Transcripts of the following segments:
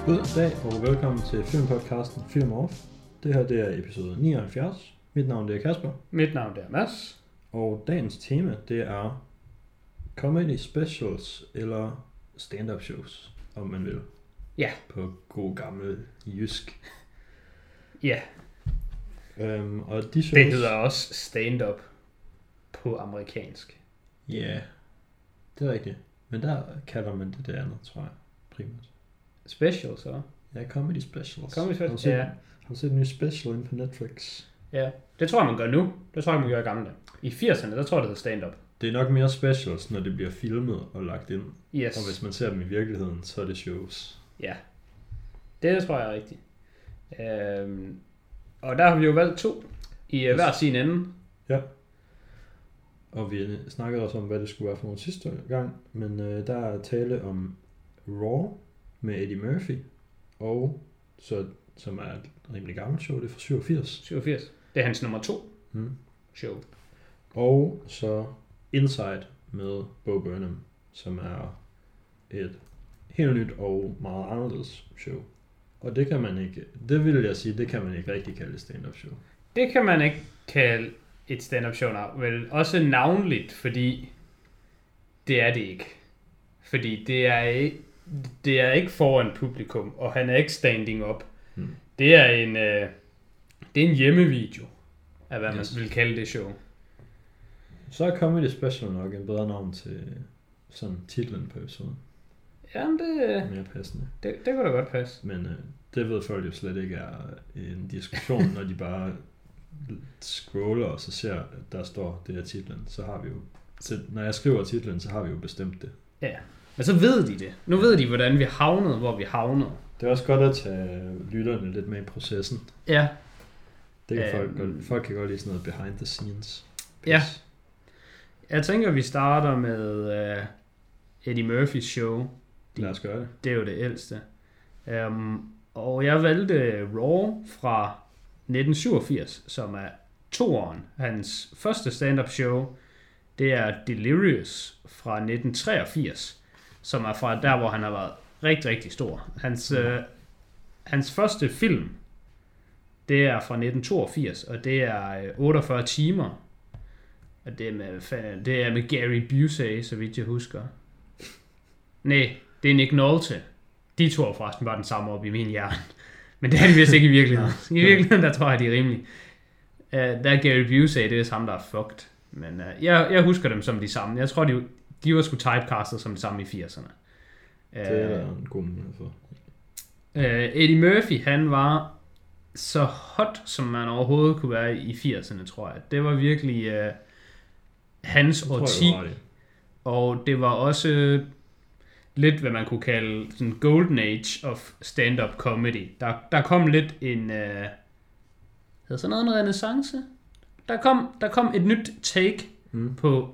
God dag og velkommen til filmpodcasten Film Off. Det her det er episode 79. Mit navn det er Kasper. Mit navn det er Mads. Og dagens tema det er comedy specials eller stand-up shows, om man vil. Ja. På god gammel jysk. Ja. Og de shows... Det hedder også stand-up på amerikansk. Ja, det er rigtigt. Men der kalder man det andet, tror jeg, primært. Specials, så? Ja, comedy specials. Comedy specials, ja. Har du set en ny special inde på Netflix? Ja, det tror jeg, man gør nu. Det tror jeg, man gør i gamle dage. I 80'erne, der tror jeg, det hedder stand-up. Det er nok mere specials, når det bliver filmet og lagt ind. Yes. Og hvis man ser dem i virkeligheden, så er det shows. Ja, det tror jeg er rigtigt. Og der har vi jo valgt 2 i hver sin ende. Ja. Og vi snakkede også om, hvad det skulle være for nogle sidste gang. Men der er tale om Raw med Eddie Murphy. Og så, som er et rimelig gammelt show, det er fra 87. 87. Det er hans nummer 2 show. Og så Inside med Bo Burnham, som er et helt nyt og meget anderledes show. Og det kan man ikke, det vil jeg sige, det kan man ikke rigtig kalde et stand-up show. Det kan man ikke kalde et stand-up show, vel også navnligt, fordi det er det ikke. Fordi det er ikke foran publikum, og han er ikke standing up. Det er en hjemmevideo, af hvad man vil kalde det show. Så er Comedy Special nok en bedre navn til sådan titlen på episoden. Jamen det er mere passende. Det kunne da godt passe. Men det ved folk jo slet ikke er en diskussion, når de bare scroller og så ser, at der står det her titlen. Så har vi jo, så når jeg skriver titlen, så har vi jo bestemt det. Ja, men så ved de det. Nu ved de, hvordan vi havnede, hvor vi havnede. Det er også godt at tage lytterne lidt med i processen. Ja. Det kan folk kan godt lide sådan noget behind the scenes. Ja. Jeg tænker, vi starter med Eddie Murphys show. Lad os gøre det. Det er jo det ældste. Og jeg valgte Raw fra 1987, som er 2'eren. Hans første stand-up show, det er Delirious fra 1983, som er fra der, hvor han har været rigtig, rigtig stor. Hans første film, det er fra 1982, og det er 48 timer. Og det er med Gary Busey, så vidt jeg husker. Nej, det er Nick Nolte. De to forresten var den samme op i min hjerne. Men det er de vist ikke i virkeligheden. I virkeligheden, der tror jeg, de er rimelige. Der er Gary Busey, det er det samme, der er fucked. Men jeg husker dem som de samme. Jeg tror, de var sgu typecastet som de samme i 80'erne. Det er en god mulighed for. Eddie Murphy, han var så hot, som man overhovedet kunne være i 80'erne, tror jeg. Det var virkelig hans årti. Og det var også lidt, hvad man kunne kalde sådan golden age of stand-up comedy. Der kom lidt en hedder sådan noget en renaissance. Der kom et nyt take på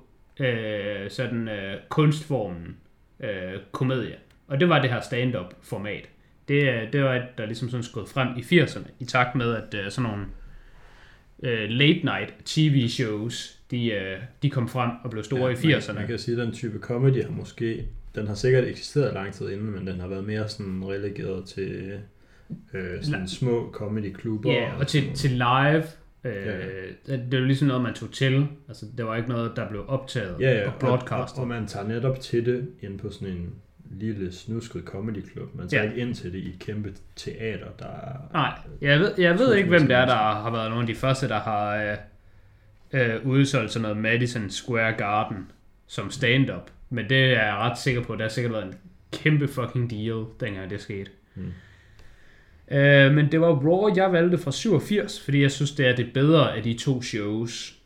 kunstformen komedie. Og det var det her stand-up format. Det var et, der ligesom sådan skød frem i 80'erne, i takt med, at sådan nogle late night TV shows, de kom frem og blev store i 80'erne. Man kan sige, at den type comedy den har sikkert eksisteret lang tid inden, men den har været mere sådan relegeret til sådan små comedy-klubber. Ja, og til live. Det var ligesom noget, man tog til. Altså, det var ikke noget, der blev optaget og broadcastet. Og man tager netop til det ind på sådan en lille snusket comedyklub. Man tager ikke ind til det i et kæmpe teater, der er... Nej, jeg ved ikke, hvem det er, der har været nogle af de første, der har udsolgt sådan noget Madison Square Garden som stand-up. Men det er jeg ret sikker på, der har sikkert været en kæmpe fucking deal, dengang det skete. Men det var Raw, jeg valgte fra 87, fordi jeg synes, det er det bedre af de 2 shows.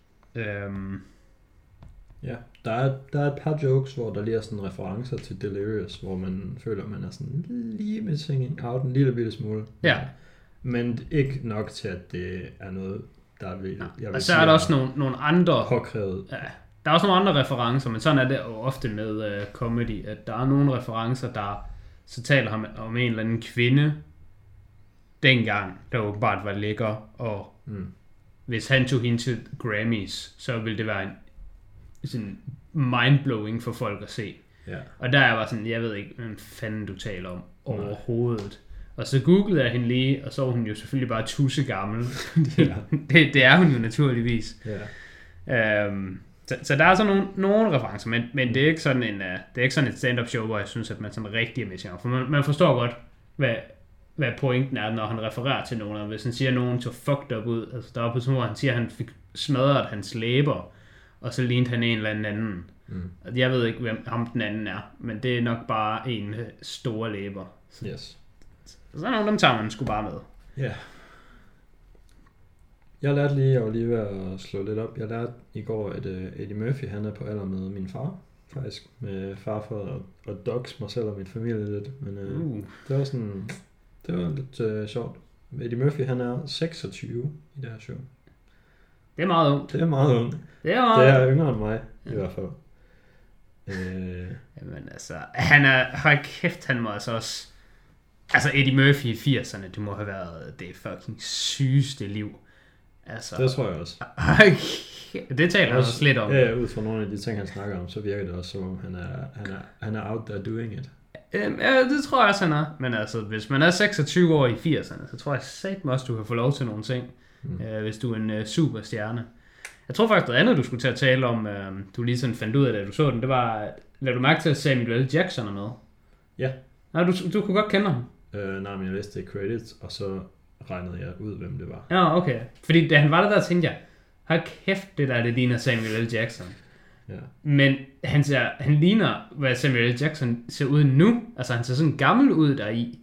Ja, der er et par jokes, hvor der lige er sådan referencer til Delirious, hvor man føler, man er sådan lige missing out en lille bitte smule. Ja. Men ikke nok til, at det er noget, der vil... Og så er der også nogle andre... Påkrævet. Ja, der er også nogle andre referencer, men sådan er det jo ofte med comedy, at der er nogle referencer, der så taler ham om en eller anden kvinde, dengang, der åbenbart var lækker, og hvis han tog hende til Grammys, så ville det være sådan mindblowing for folk at se. Ja. Og der er bare sådan, jeg ved ikke, hvad fanden du taler om overhovedet. Og så googlede jeg hende lige, og så var hun jo selvfølgelig bare tusse gammel. Ja. det er hun jo naturligvis. Ja. Så der er så nogle referencer, men det er ikke sådan det er ikke sådan et stand-up show, hvor jeg synes, at man sådan rigtig er med til. For man forstår godt, hvad pointen er, når han refererer til nogen. Og hvis han siger, at nogen så fucked up ud, altså der er på sådan, hvor han siger, at han fik smadret hans læber, og så lignede han en eller anden. Jeg ved ikke, hvem ham den anden er, men det er nok bare en store læber. Yes. Så nogle dem tager man sgu bare med. Ja. Jeg lærte lige, jeg var lige ved at slå lidt op. Jeg lærte i går, at Eddie Murphy, han er på alder med min far, faktisk. Med farfar og dogs mig selv og min familie lidt. Men det var sådan, det var lidt sjovt. Eddie Murphy, han er 26 i det her show. Det er meget ungt. Det er meget ungt. Det er yngre end mig, i hvert fald. Jamen altså, hold kæft, han må altså også... Altså Eddie Murphy i 80'erne, det må have været det fucking sygeste liv. Altså, det tror jeg også. Det taler han også lidt om. Ja, ud fra nogle af de ting, han snakker om, så virker det også som om, han er out there doing it. Ja, det tror jeg også, han er. Men altså, hvis man er 26 år i 80'erne, så tror jeg satme også, du kan få lov til nogle ting, hvis du er en superstjerne. Jeg tror faktisk, noget andet, du skulle til at tale om, du lige sådan fandt ud af, da du så den, det var, lad du mærke til, at Samuel L. Jackson er med? Ja. Nej, du kunne godt kende ham. Nej, men jeg læste credits, og så regnede jeg ud, hvem det var. Ja, okay. Fordi da han var der tænkte jeg, hold kæft, det ligner Samuel L. Jackson. Ja. Men han ligner, hvad Samuel L. Jackson ser ud nu. Altså, han ser sådan gammel ud deri.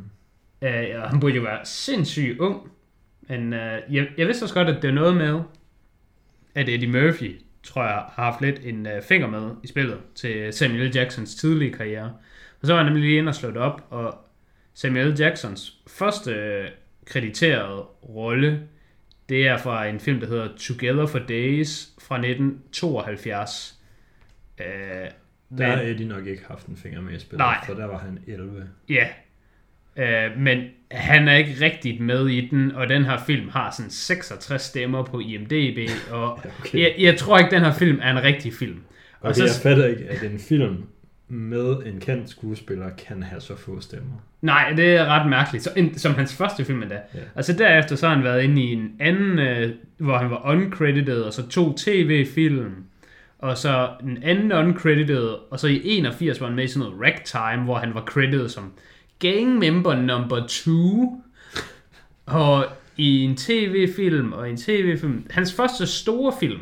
Og han burde jo være sindssygt ung. Men jeg vidste også godt, at det er noget med, at Eddie Murphy, tror jeg, har haft lidt en finger med i spillet til Samuel L. Jacksons tidlige karriere. Og så var han nemlig lige inde og slå det op, og Samuel L. Jacksons første krediterede rolle, det er fra en film, der hedder Together for Days fra 1972. Der har Eddie nok ikke haft en finger med i spillet, for der var han 11. Ja, men han er ikke rigtigt med i den, og den her film har sådan 66 stemmer på IMDb, og okay. jeg tror ikke, den her film er en rigtig film. Og okay, jeg fatter ikke, at en film med en kendt skuespiller kan have så få stemmer. Nej, det er ret mærkeligt. Som hans første film endda. Ja. Og så derefter så har han været inde i en anden, hvor han var uncredited, og så 2 tv-film, og så en anden uncredited, og så i 81 var han med i sådan noget ragtime, hvor han var credited som gang member number 2, og i en tv-film, hans første store film,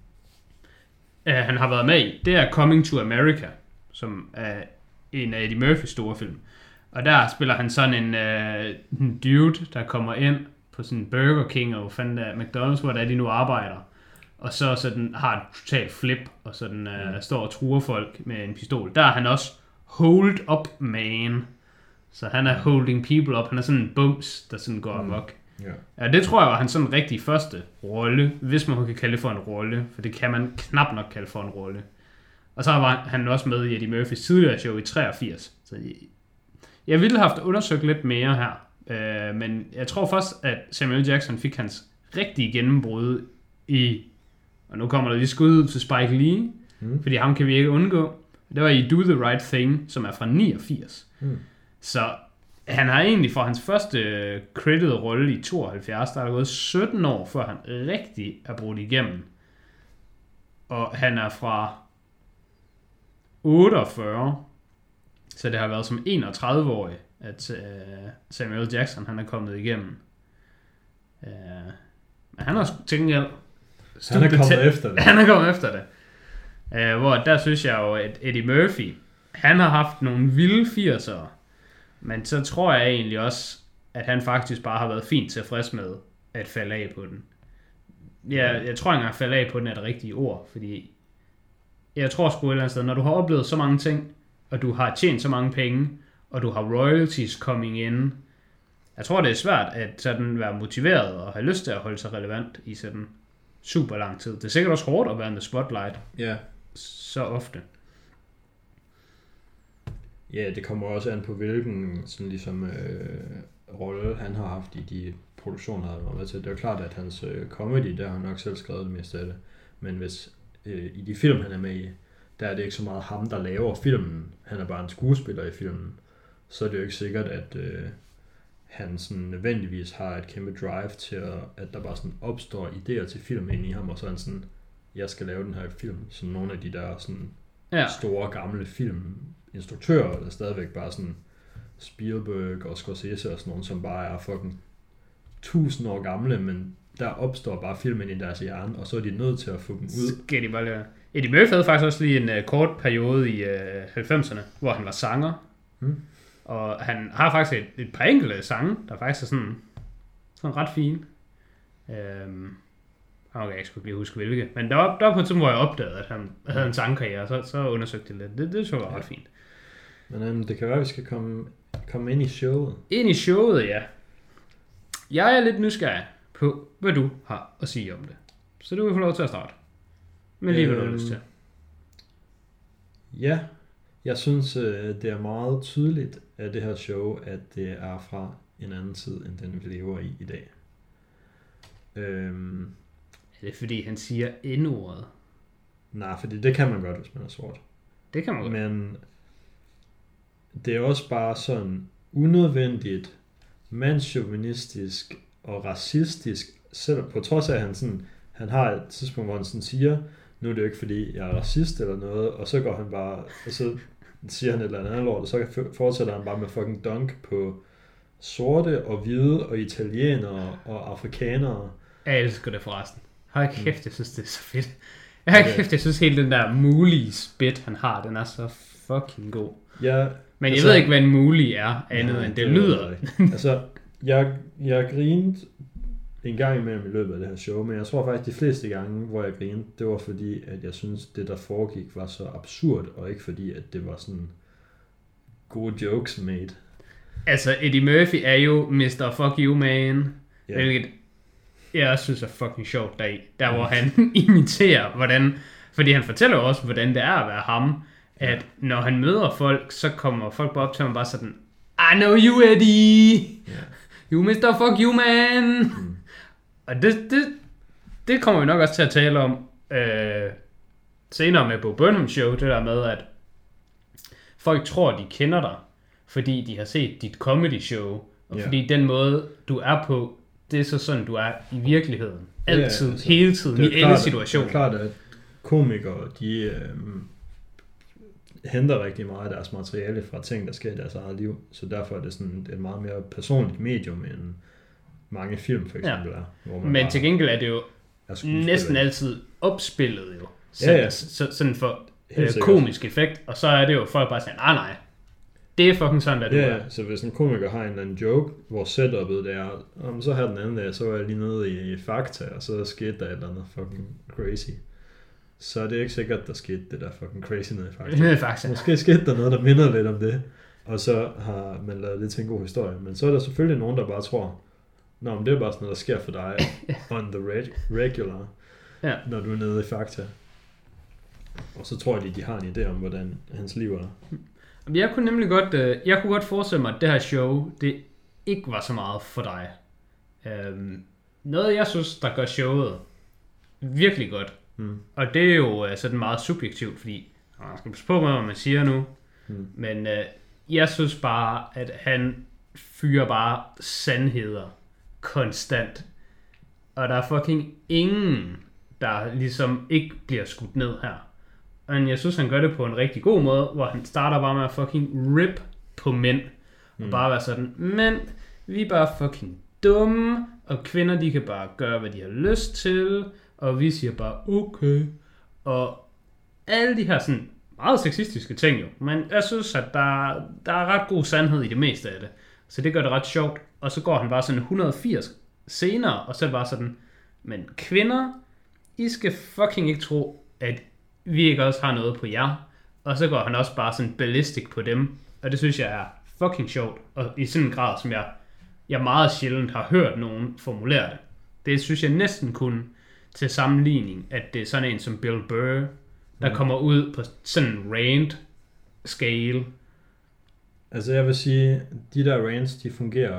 han har været med i, det er Coming to America, som er en af Eddie Murphys store film. Og der spiller han sådan en dude, der kommer ind på sådan en Burger King og McDonald's, hvor de nu arbejder. Og så sådan har et totalt flip, og sådan står og truer folk med en pistol. Der er han også hold up man. Så han er holding people up. Han er sådan en bums, der sådan går amok. Ja, det tror jeg var hans sådan rigtig første rolle, hvis man kan kalde det for en rolle, for det kan man knap nok kalde for en rolle. Og så var han også med i Eddie Murphys tidligere show i 83. Så jeg ville have haft undersøgt lidt mere her, men jeg tror først, at Samuel Jackson fik hans rigtige gennembrud i, og nu kommer der lige skud til Spike Lee, fordi ham kan vi ikke undgå. Det var i Do the Right Thing, som er fra 89. Så han har egentlig fra hans første credited rolle i 72, der er gået 17 år, før han rigtig er brudt igennem. Og han er fra 48, så det har været som 31-årig, at Samuel Jackson han er kommet igennem. Men han har tænkt, han er kommet efter det. Han er kommet efter det. Hvor der synes jeg jo, at Eddie Murphy, han har haft nogle vilde 80'ere, men så tror jeg egentlig også, at han faktisk bare har været fint tilfreds med at falde af på den. Jeg tror ikke engang, at falde af på den er det rigtige ord, fordi jeg tror sgu et eller andet sted, når du har oplevet så mange ting, og du har tjent så mange penge, og du har royalties coming in, jeg tror det er svært at sådan være motiveret og have lyst til at holde sig relevant i sådan super lang tid. Det er sikkert også hårdt at være in the spotlight så ofte. Ja, det kommer også an på hvilken sådan ligesom rolle han har haft i de produktioner, han var med til. Det er jo klart, at hans comedy, der har han nok selv skrevet det meste af det. Men hvis i de film, han er med i, der er det ikke så meget ham, der laver filmen. Han er bare en skuespiller i filmen. Så er det jo ikke sikkert, han sådan nødvendigvis har et kæmpe drive til, at der bare sådan opstår idéer til film ind i ham, og så er han sådan, jeg skal lave den her film, som nogle af de der sådan store gamle filminstruktører, der stadigvæk bare sådan Spielberg og Scorsese og sådan nogle, som bare er fucking 1000 år gamle, men der opstår bare filmen i deres hjerne, og så er de nødt til at få dem ud. Skal de bare lade. Eddie Murphy havde faktisk også lige en kort periode i 90'erne, hvor han var sanger. Og han har faktisk et par enkelte sange, der faktisk er sådan ret fine. Okay, jeg skulle lige huske hvilke. Men der var på et tidspunkt, hvor jeg opdagede, at han havde en sangkarriere, så undersøgte jeg lidt. Det så var ret fint. Men det kan være, at vi skal komme ind i showet. Ind i showet, ja. Jeg er lidt nysgerrig på, hvad du har at sige om det. Så du vil få lov til at starte. Men lige hvad du har lyst til. Ja, jeg synes, det er meget tydeligt af det her show, at det er fra en anden tid, end den vi lever i dag. Er det fordi, han siger N-ordet? Nej, fordi det kan man godt, hvis man er sort. Det kan man godt. Men det er også bare sådan unødvendigt, mandsjuvenistisk og racistisk, selv på trods af, at han har et tidspunkt, hvor han sådan siger, nu er det jo ikke fordi, jeg er racist eller noget, og så går han bare, og så siger han et eller andet lort, og så fortsætter han bare med fucking dunk på sorte og hvide og italienere og afrikanere. Jeg elsker det forresten. Hold kæft, jeg synes, det er så fedt. Jeg synes hele den der mulige spit, han har, den er så fucking god. Ja, men jeg ved ikke, hvad en mulig er, andet end det lyder. Altså, jeg grinede en gang imellem i løbet af det her show, men jeg tror faktisk, de fleste gange, hvor jeg grinede, det var fordi, at jeg synes, det der foregik var så absurd, og ikke fordi, at det var sådan gode jokes made. Altså, Eddie Murphy er jo Mr. Fuck You Man, hvilket jeg også synes er fucking sjovt der hvor han imiterer, hvordan, fordi han fortæller også, hvordan det er at være ham, at når han møder folk, så kommer folk bare op til ham bare sådan, I know you, Eddie! You Mr. Fuck You Man! Og det kommer vi nok også til at tale om senere med Bo Burnham Show, det der med, at folk tror, de kender dig, fordi de har set dit comedy show, og fordi den måde, du er på, det er så sådan, du er i virkeligheden. Altid, altså, hele tiden, i alle situationer. Det er klart, at komikere, de henter rigtig meget af deres materiale fra ting, der sker i deres eget liv. Så derfor er det sådan et meget mere personligt medium, end mange film for eksempel er. Hvor man men til gengæld er det jo næsten altid opspillet jo. Sådan for komisk effekt. Og så er det jo folk bare sådan, nej. Det er fucking sådan, at du er. Så hvis en komiker har en eller anden joke, hvor setup'et det er, så her den anden dag, så var jeg lige nede i Fakta, og så skete der et eller andet fucking crazy. Så er det ikke sikkert, der skete det der fucking crazy nede i Fakta. Måske skete der noget, der minder lidt om det, og så har man lavet det til en god historie. Men så er der selvfølgelig nogen, der bare tror, men det er bare sådan noget, der sker for dig on the regular, når du er nede i Fakta. Og så tror de har en idé om, hvordan hans liv er. Jeg kunne nemlig godt forestille mig, at det her show, det ikke var så meget for dig. Noget, jeg synes, der gør showet virkelig godt, og det er jo sådan meget subjektivt, fordi man skal passe på med, hvad man siger nu, men jeg synes bare, at han fyrer bare sandheder konstant, og der er fucking ingen, der ligesom ikke bliver skudt ned her. Men jeg synes, han gør det på en rigtig god måde, hvor han starter bare med at fucking rip på mænd. Og bare være sådan, mænd, vi er bare fucking dumme, og kvinder, de kan bare gøre, hvad de har lyst til, og vi siger bare, okay. Og alle de her sådan meget sexistiske ting jo, men jeg synes, at der er ret god sandhed i det meste af det. Så det gør det ret sjovt. Og så går han bare sådan 180 senere, og så er det bare sådan, men kvinder, I skal fucking ikke tro, at vi ikke også har noget på jer. Og så går han også bare sådan ballistic på dem. Og det synes jeg er fucking sjovt. Og i sådan en grad, som jeg meget sjældent har hørt nogen formulere det. Det synes jeg næsten kun til sammenligning, at det er sådan en som Bill Burr, der kommer ud på sådan en rant scale. Altså jeg vil sige, de der rants, de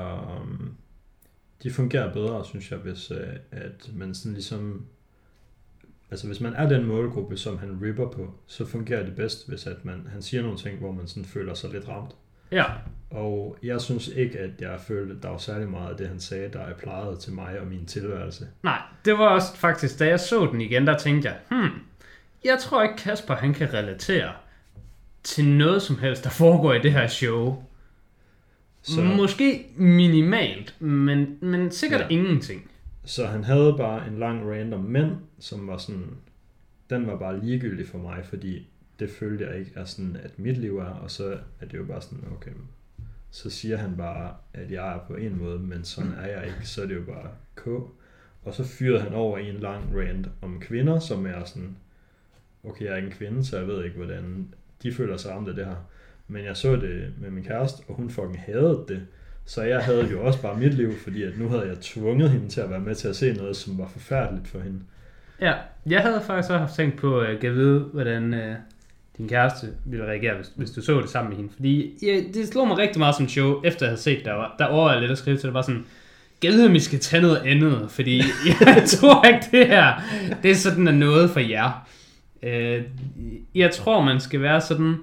fungerer bedre, synes jeg, hvis at man sådan ligesom, altså hvis man er den målgruppe, som han ripper på, så fungerer det bedst, hvis at han siger nogle ting, hvor man sådan føler sig lidt ramt. Ja. Og jeg synes ikke, at jeg følte, at der var særlig meget af det, han sagde, der applyede til mig og min tilværelse. Nej, det var også faktisk, da jeg så den igen, der tænkte jeg, jeg tror ikke Kasper, han kan relatere til noget som helst, der foregår i det her show. Så... Måske minimalt, men sikkert ingenting. Så han havde bare en lang random mænd, som var sådan, den var bare ligegyldig for mig, fordi det følte jeg ikke er sådan, at mit liv er, og så er det jo bare sådan, okay, så siger han bare, at jeg er på en måde, men sådan er jeg ikke, så er det jo bare K. Og så fyrede han over i en lang rant om kvinder, som er sådan, okay, jeg er ikke en kvinde, så jeg ved ikke, hvordan de føler sig om det her. Men jeg så det med min kæreste, og hun fucking hadede det. Så jeg havde jo også bare mit liv, fordi at nu havde jeg tvunget hende til at være med til at se noget, som var forfærdeligt for hende. Ja, jeg havde faktisk også haft tænkt på at vide, hvordan din kæreste ville reagere, hvis du så det sammen med hende. Fordi det slog mig rigtig meget som show, efter jeg havde set der overvejede lidt at skrive til det, bare sådan, jeg ved, om I skal tage noget andet, fordi jeg tror ikke, det her, det er sådan noget for jer. Jeg tror, man skal være sådan,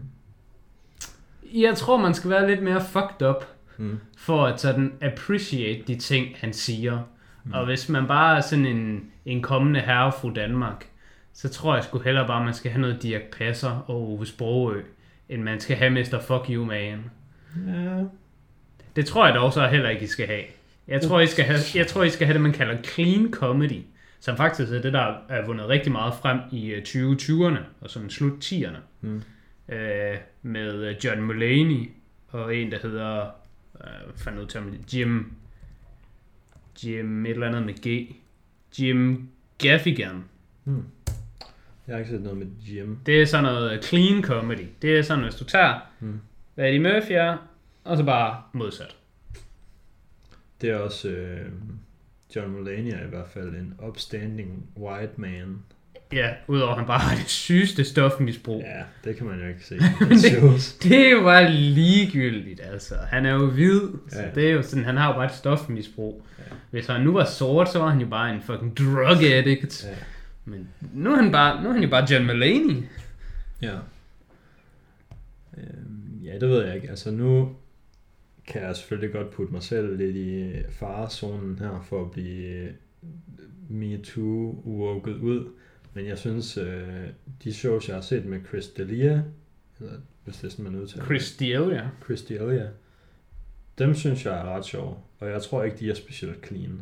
jeg tror, man skal være lidt mere fucked up, for at sådan appreciate de ting, han siger. Og hvis man bare er sådan en kommende herre fra Danmark, så tror jeg sgu hellere bare, man skal have noget Dirch Passer og Ove Sprogøe, end man skal have Mr. Fuck You Man. Ja. Det tror jeg dog så heller ikke, I skal have. Jeg tror, I skal have det, man kalder clean comedy, som faktisk er det, der er vundet rigtig meget frem i 2020'erne, og sådan slut 10'erne. Med John Mulaney, og en, der hedder, Jim et eller andet med G. Jim Gaffigan. Jeg har ikke set noget med Jim. Det er sådan noget clean comedy. Det er sådan, hvis du tager, hvad Eddie Murphy er, og så bare modsat. Det er også John Mulaney er i hvert fald en upstanding white man. Ja, udover at han bare har det sygeste stofmisbrug. Ja, det kan man jo ikke se. det er jo bare ligegyldigt, altså. Han er jo hvid, så det er jo sådan, han har jo bare et stofmisbrug. Ja. Hvis han nu var sort, så var han jo bare en fucking drug addict. Ja. Men nu er han jo bare John Mulaney. Ja. Ja, det ved jeg ikke. Altså nu kan jeg selvfølgelig godt putte mig selv lidt i farezonen her for at blive MeToo-woket ud. Men jeg synes, de shows, jeg har set med Chris D'Elia, eller hvis det er sådan, man udtaler Chris D'Elia, dem synes jeg er ret sjove. Og jeg tror ikke, de er specielt clean.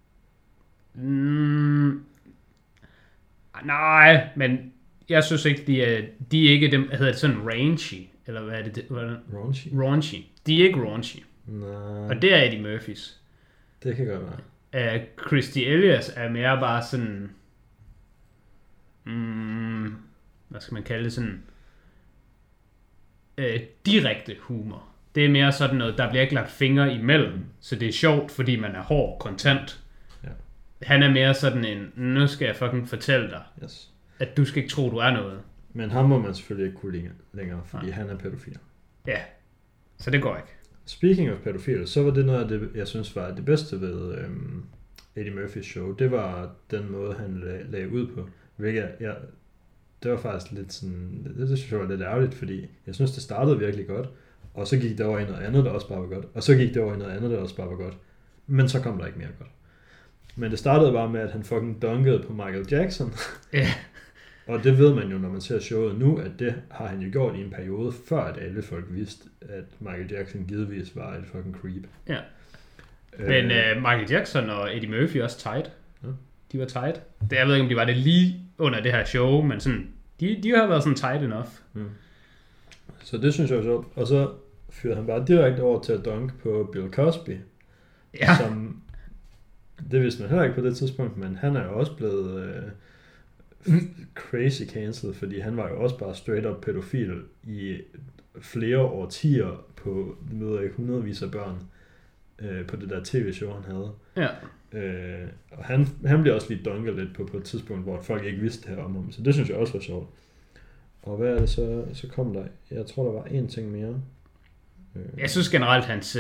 Nej, men jeg synes ikke, de er ikke dem, hedder det sådan raunchy, eller hvad er det? Raunchy. De er ikke raunchy. Nej. Og det er Eddie Murphys. Det kan godt være. Chris D'Elias er mere bare sådan, hvad skal man kalde det, sådan direkte humor. Det er mere sådan noget, der bliver ikke lagt fingre imellem, så det er sjovt, fordi man er hård, kontant. Ja. Han er mere sådan en, nu skal jeg fucking fortælle dig, at du skal ikke tro, du er noget. Men ham må man selvfølgelig ikke kunne længere, fordi han er pædofil. Ja, så det går ikke. Speaking of pædofil, så var det noget af det, jeg synes var det bedste ved Eddie Murphys show. Det var den måde, han lagde ud på. Hvilket det var faktisk lidt sådan, det synes jeg var lidt ærgerligt, fordi jeg synes, det startede virkelig godt, og så gik det over i noget andet, der også bare var godt, og så gik det over i noget andet, der også bare var godt. Men så kom der ikke mere godt. Men det startede bare med, at han fucking dunkede på Michael Jackson. Ja. Og det ved man jo, når man ser showet nu, at det har han jo gjort i en periode, før at alle folk vidste, at Michael Jackson givetvis var et fucking creep. Ja. Men Michael Jackson og Eddie Murphy også tight. Ja. De var tight. Jeg ved ikke, om de var det lige under det her show, men sådan, de har været sådan tight enough. Så det synes jeg var sjovt. Og så fyrede han bare direkte over til at dunke på Bill Cosby. Ja. Som, det vidste man heller ikke på det tidspunkt, men han er jo også blevet crazy cancelled, fordi han var jo også bare straight up pædofil i flere årtier på, jeg ved ikke, hundredvis af børn på det der tv-show, han havde. Ja. Og han bliver også lige dunket lidt på et tidspunkt, hvor folk ikke vidste det her om ham, så det synes jeg også var sjovt. Og hvad er det så kom der? Jeg tror, der var en ting mere. Jeg synes generelt, hans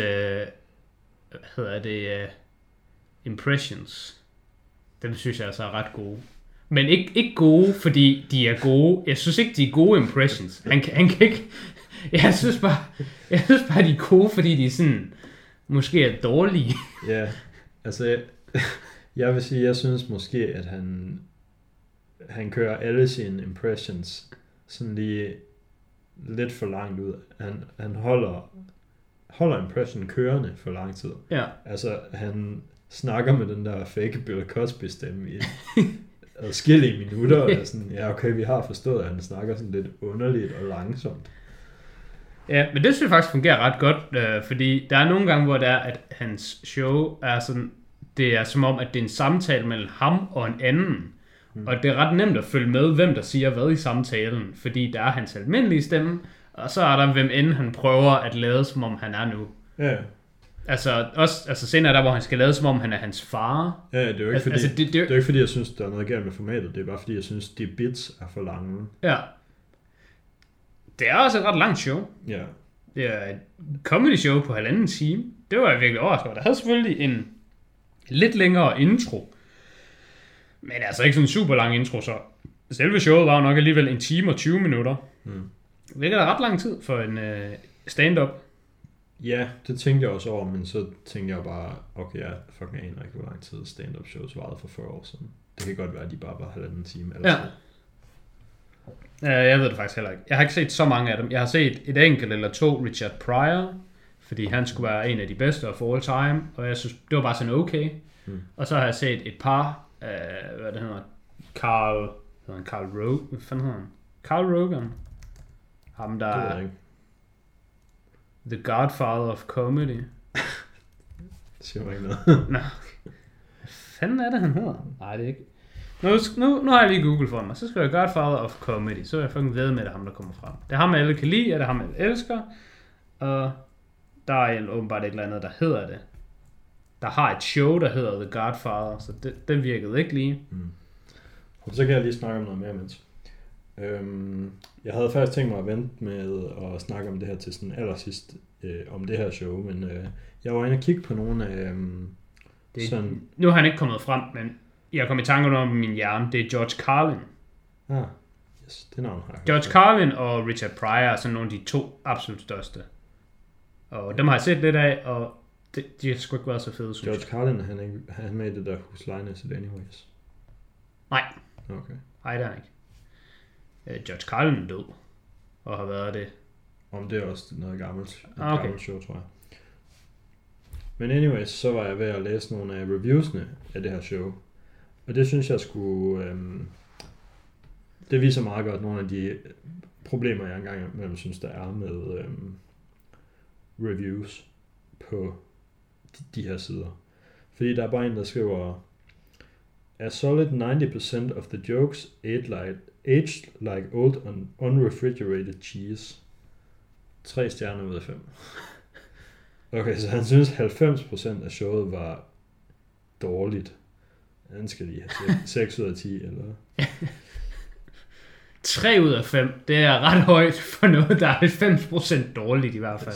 impressions, dem synes jeg altså er ret gode. Men ikke gode, fordi de er gode. Jeg synes ikke, de er gode impressions. Jeg synes bare, de er gode, fordi de sådan, måske er dårlige. Ja, altså, jeg vil sige, jeg synes måske, at han kører alle sine impressions sådan lige lidt for langt ud. Han holder impression kørende for lang tid. Ja. Altså, han snakker med den der fake Bill Cosby stemme i adskillige minutter, og sådan, ja okay, vi har forstået, at han snakker sådan lidt underligt og langsomt. Ja, men det synes jeg faktisk fungerer ret godt, fordi der er nogle gange, hvor det er, at hans show er sådan, det er som om, at det er en samtale mellem ham og en anden. Og det er ret nemt at følge med, hvem der siger hvad i samtalen, fordi der er hans almindelige stemme, og så er der hvem end han prøver at lade, som om han er nu. Ja. Altså senere der, hvor han skal lade, som om han er hans far. Ja, det er jo ikke fordi, det er jo ikke fordi, jeg synes, der er noget galt med formatet, det er bare fordi, jeg synes, de bits er for lange. Ja. Det er også et ret langt show. Ja. Det er et comedy show på 1,5 time. Det var jeg virkelig overrasket. Der havde selvfølgelig en lidt længere intro. Men altså ikke sådan en super lang intro, så selve showet var jo nok alligevel 1 time og 20 minutter. Hvilket er ret lang tid for en stand-up. Ja, det tænkte jeg også over, men så tænkte jeg bare, okay, jeg fucking aner ikke, hvor lang tid stand-up shows varede for 40 år siden. Det kan godt være, at de bare var 1,5 time. Eller Jeg ved det faktisk heller ikke. Jeg har ikke set så mange af dem. Jeg har set et enkelt eller 2 Richard Pryor, fordi han skulle være en af de bedste of all time, og jeg synes, det var bare sådan okay. Og så har jeg set et par, hvad det hedder, Carl Rogan. Hvad fanden hedder han? Carl Rogan. Ham der det ved jeg ikke. The Godfather of Comedy. Det siger mig ikke noget. Nå. Hvad fanden er det, han hedder? Nej, det er ikke. Nu har jeg lige Google for mig. Så skal jeg Godfather of Comedy. Så er jeg fucking ved med, at det er ham, der kommer frem. Det er ham, alle kan lide, og det er ham, alle elsker. Og der er åbenbart et eller andet, der hedder det. Der har et show, der hedder The Godfather, så den virkede ikke lige. Og så kan jeg lige snakke om noget mere, mens. Jeg havde faktisk tænkt mig at vente med at snakke om det her til sådan allersidst om det her show, men jeg var inde og kigge på nogle af sådan... Nu har han ikke kommet frem, men jeg kom i tanke om min hjerne. Det er George Carlin. Yes, det navn har jeg. George Carlin og Richard Pryor er sådan nogle af de 2 absolut største. Og dem har jeg set lidt af, og de har sgu ikke været så fede, synes George Carlin, han er med i det der Whose Line Is It Anyways? Nej. Okay. Nej, det er han ikke. George Carlin er død, og har været det. Om det er også noget gammelt, gammelt show, tror jeg. Men anyways, så var jeg ved at læse nogle af reviewsene af det her show. Og det synes jeg skulle... det viser meget godt nogle af de problemer, jeg engang imellem synes, der er med reviews på de her sider. Fordi der er bare en, der skriver... A solid 90% of the jokes aged like old unrefrigerated cheese. 3 stjerner ud af 5. Okay, så han synes 90% af showet var dårligt. Han skal lige have 6 ud af 10, eller? 3 ud af 5, det er ret højt for noget, der er 90% dårligt i hvert fald.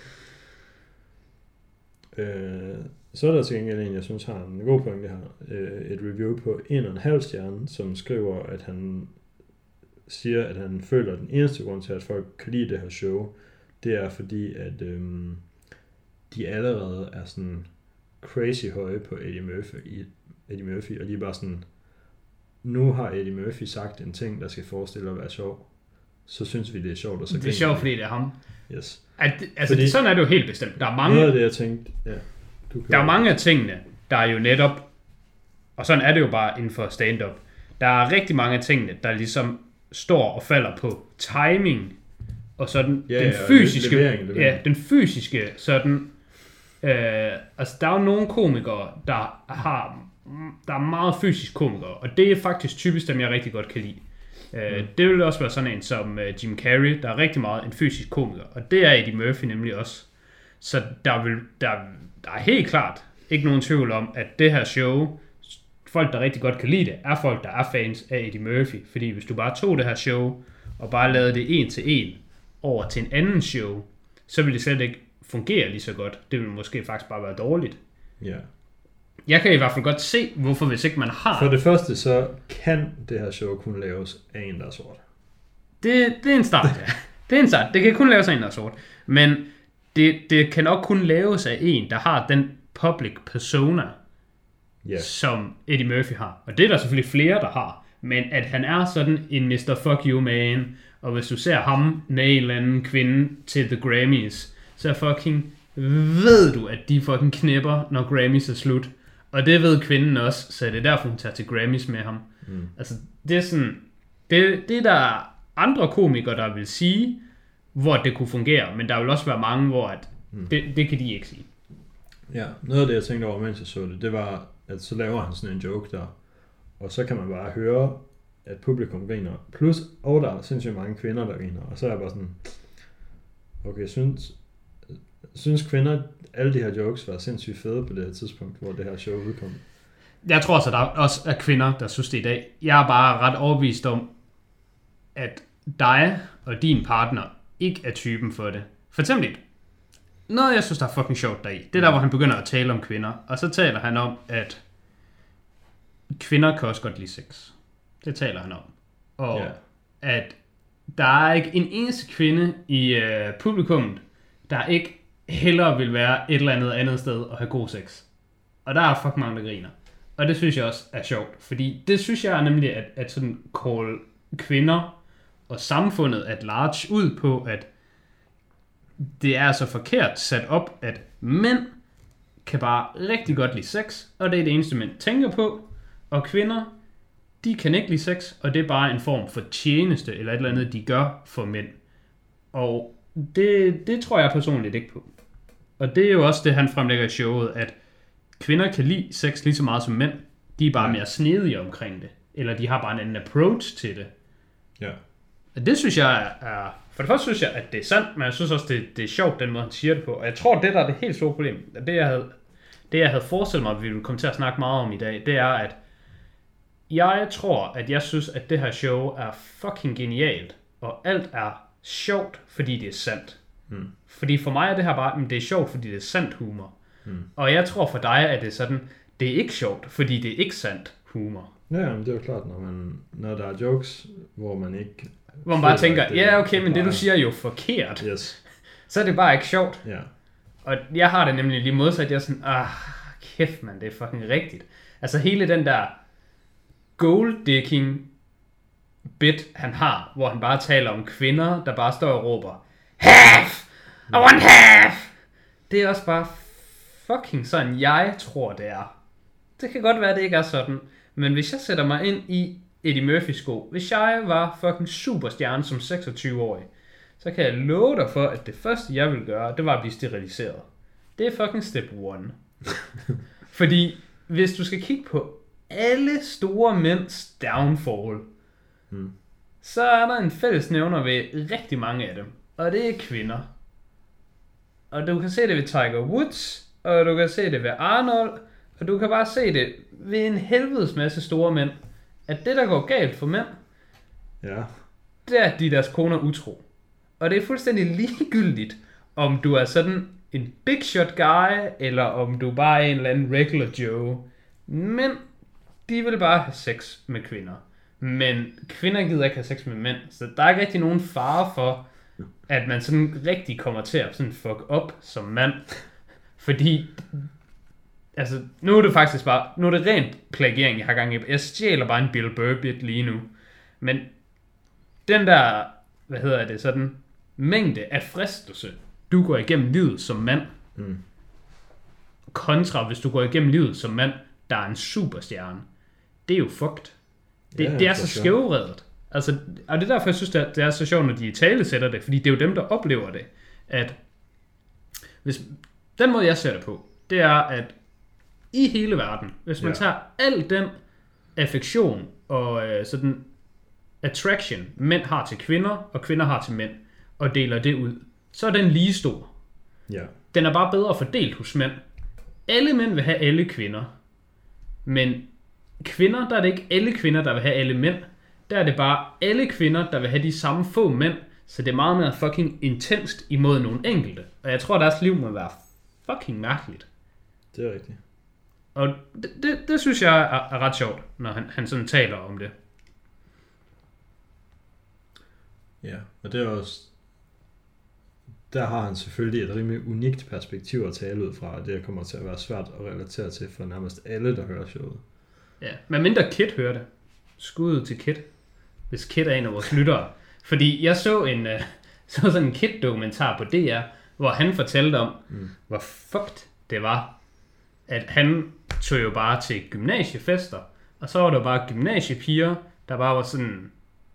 Så er der til gengæld en, jeg synes har en god pointe her. Et review på 1,5 stjerne, som skriver, at han siger, at han føler, at den eneste grund til, at folk kan lide det her show, det er fordi, at de allerede er sådan crazy høje på Eddie Murphy, og de er bare sådan, nu har Eddie Murphy sagt en ting, der skal forestille at være sjov, så synes vi, det er sjovt. Og så det er sjovt, fordi det er ham. Yes. Fordi, sådan er det jo helt bestemt. Der er mange, noget af det, jeg tænkte, ja. Der er mange af tingene, der er jo netop, og sådan er det jo bare inden for stand-up, der er rigtig mange af tingene, der ligesom står og falder på timing, og sådan den fysiske, levering. Ja, den fysiske sådan, altså der er jo nogle komikere, der er meget fysisk komikere, og det er faktisk typisk dem, jeg rigtig godt kan lide. Det vil også være sådan en som Jim Carrey, der er rigtig meget en fysisk komiker, og det er Eddie Murphy nemlig også. Så der er helt klart ikke nogen tvivl om, at det her show, folk der rigtig godt kan lide det, er folk der er fans af Eddie Murphy. Fordi hvis du bare tog det her show, og bare lavede det 1 til 1 over til en anden show, så ville det slet ikke fungere lige så godt. Det ville måske faktisk bare være dårligt. Ja. Jeg kan i hvert fald godt se, hvorfor hvis ikke man har... For det første, så kan det her show kunne laves af en, der er sort. Det er en start, ja. Det er en sejr. Det kan kun laves af en, der er sort. Men det kan nok kun laves af en, der har den public persona, som Eddie Murphy har. Og det er der selvfølgelig flere, der har. Men at han er sådan en Mr. Fuck You man, og hvis du ser ham med en eller anden kvinde til The Grammys, så fucking ved du, at de fucking knipper, når Grammys er slut. Og det ved kvinden også, så det er derfor, hun tager til Grammys med ham. Altså, det er sådan... Det er der andre komikere, der vil sige, hvor det kunne fungere, men der vil også være mange, hvor at det kan de ikke sige. Ja, noget af det, jeg tænkte over, mens jeg så det, det var, at så laver han sådan en joke der, og så kan man bare høre, at publikum griner. Plus, og der er sindssygt mange kvinder, der griner, og så er jeg bare sådan, okay, synes kvinder, alle de her jokes var sindssygt fede på det her tidspunkt, hvor det her show udkom? Jeg tror så, der også er kvinder, der synes det i dag. Jeg er bare ret overbevist om, at dig og din partner ikke er typen for det. For eksempel noget, jeg synes, der er fucking sjovt deri. Det er der, hvor han begynder at tale om kvinder. Og så taler han om, at kvinder kan også godt lide sex. Det taler han om. Og at der er ikke en eneste kvinde i publikummet, der ikke hellere vil være et eller andet sted og have god sex. Og der er fucking mange, der griner. Og det synes jeg også er sjovt. Fordi det synes jeg er nemlig, at sådan call kvinder og samfundet at large ud på, at det er så forkert sat op, at mænd kan bare rigtig godt lide sex, og det er det eneste, mænd tænker på. Og kvinder, de kan ikke lide sex, og det er bare en form for tjeneste, eller et eller andet, de gør for mænd. Og det tror jeg personligt ikke på. Og det er jo også det, han fremlægger i showet, at kvinder kan lide sex lige så meget som mænd. De er bare mere snedige omkring det. Eller de har bare en anden approach til det. Ja. Og det synes jeg er... For det første synes jeg, at det er sandt, men jeg synes også, det er sjovt, den måde, han siger det på. Og jeg tror, det der er det helt store problem. Det jeg havde forestillet mig, at vi ville komme til at snakke meget om i dag, det er, at jeg tror, at jeg synes, at det her show er fucking genialt. Og alt er sjovt, fordi det er sandt. Fordi for mig er det her bare, men det er sjovt, fordi det er sandt humor. Og jeg tror for dig, at det er sådan, det er ikke sjovt, fordi det er ikke sandt humor. Ja, men det er jo klart, når der er jokes, hvor man ikke... Hvor man bare tænker, ja okay, men det du siger er jo forkert. Yes. Så er det bare ikke sjovt. Ja. Og jeg har det nemlig lige modsat, jeg er sådan, kæft man, det er fucking rigtigt. Altså hele den der gold-dicking bit, han har, hvor han bare taler om kvinder, der bare står og råber, half! I want half! Det er også bare fucking sådan, jeg tror det er. Det kan godt være, det ikke er sådan. Men hvis jeg sætter mig ind i Eddie Murphys sko, hvis jeg var fucking superstjerne som 26-årig, så kan jeg love dig for, at det første jeg vil gøre, det var at blive steriliseret. Det er fucking step 1. Fordi hvis du skal kigge på alle store mænds downfall, så er der en fællesnævner ved rigtig mange af dem. Og det er kvinder. Og du kan se det ved Tiger Woods, og du kan se det ved Arnold, og du kan bare se det ved en helvedes masse store mænd, at det, der går galt for mænd, det er, at de deres koner utro. Og det er fuldstændig ligegyldigt, om du er sådan en big shot guy, eller om du bare er en eller anden regular Joe. Men de vil bare have sex med kvinder. Men kvinder gider ikke have sex med mænd, så der er ikke rigtig nogen fare for, at man sådan rigtig kommer til at sådan fuck op som mand. Fordi, altså, nu er det faktisk bare, nu er det rent plagiering, jeg har gang i. Jeg stjæler bare en Bill Burr-bit lige nu. Men den der, sådan, mængde af fristelse, du går igennem livet som mand, kontra hvis du går igennem livet som mand, der er en superstjerne, det er jo fucked. Det er så skævredet. Altså, og det er derfor, jeg synes, det er så sjovt, når de talesætter det, fordi det er jo dem, der oplever det. At hvis, den måde, jeg ser det på, det er, at i hele verden, hvis man tager al den affektion og sådan attraction, mænd har til kvinder, og kvinder har til mænd, og deler det ud, så er den lige stor. Ja. Den er bare bedre fordelt hos mænd. Alle mænd vil have alle kvinder. Men kvinder, der er det ikke alle kvinder, der vil have alle mænd. Der er det bare alle kvinder, der vil have de samme få mænd. Så det er meget mere fucking intenst imod nogle enkelte. Og jeg tror, at deres liv må være fucking mærkeligt. Det er rigtigt. Og det synes jeg er ret sjovt, når han sådan taler om det. Ja, og det er også der har han selvfølgelig et rimelig unikt perspektiv at tale ud fra, og det kommer til at være svært at relatere til for nærmest alle, der hører showet. Ja, men mindre Kit hører det. Skud til Kit, hvis Kit er en af vores lyttere. Fordi jeg så sådan en Kit-dokumentar på DR, hvor han fortalte om, hvor fucked det var, at han tog jo bare til gymnasiefester, og så var der bare gymnasiepiger, der bare var sådan,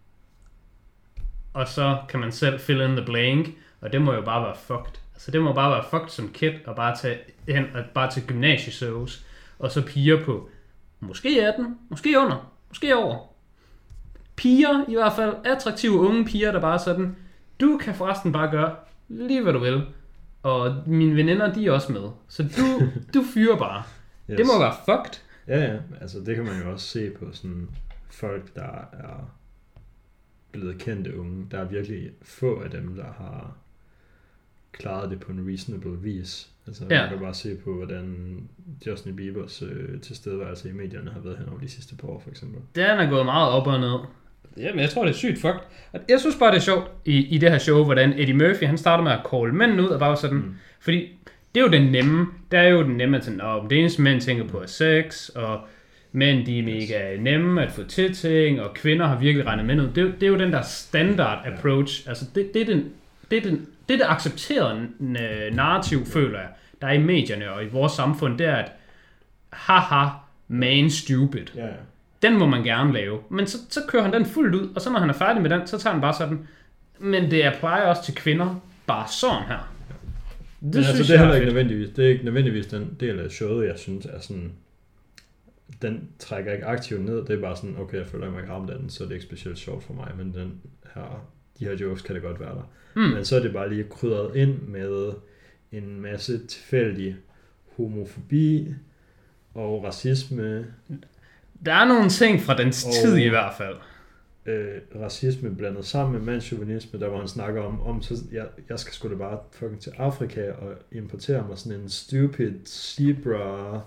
og så kan man selv fill in the blank, og det må jo bare være fucked. Altså det må bare være fucked som Kid, og bare tage hen og bare til gymnasieshows, og så piger på måske 18, måske under, måske over. Piger, i hvert fald attraktive unge piger, der bare sådan, du kan forresten bare gøre lige hvad du vil, og mine veninder, de er også med, så du fyrer bare. Yes. Det må være fucked. Ja, altså det kan man jo også se på sådan folk, der er blevet kendte unge. Der er virkelig få af dem, der har klaret det på en reasonable vis. Altså man kan bare se på, hvordan Justin Biebers tilstedeværelse i medierne har været hen over de sidste par år, for eksempel. Den er gået meget op og ned. Jamen, jeg tror, det er sygt fucked. Jeg synes bare, det er sjovt i det her show, hvordan Eddie Murphy, han starter med at call mænd ud, og bare sådan, fordi det er jo den nemme, der er jo den nemme, at sådan, det eneste mænd tænker på er sex, og mænd, de er mega nemme at få til ting, og kvinder har virkelig regnet mænd ud. Det er jo den der standard approach, altså det er det accepterede narrativ, føler jeg, der er i medierne og i vores samfund, det er, at haha, man stupid. Ja. Den må man gerne lave. Men så kører han den fuldt ud, og så når han er færdig med den, så tager han bare sådan, men det apply også til kvinder, bare sådan her. Det men synes altså, det er ikke nødvendigvis, det er ikke nødvendigvis den del af showet, jeg synes er sådan, den trækker ikke aktivt ned, det er bare sådan, okay, jeg føler mig ikke ramt af den, så det er ikke specielt sjovt for mig, men de her jokes kan det godt være der. Men så er det bare lige krydret ind med en masse tilfældig homofobi og racisme. Der er nogle ting fra den tid i hvert fald. Racisme blandet sammen med mandschauvinisme, der hvor han snakker om så jeg skal sgu da bare fucking til Afrika og importere mig sådan en stupid zebra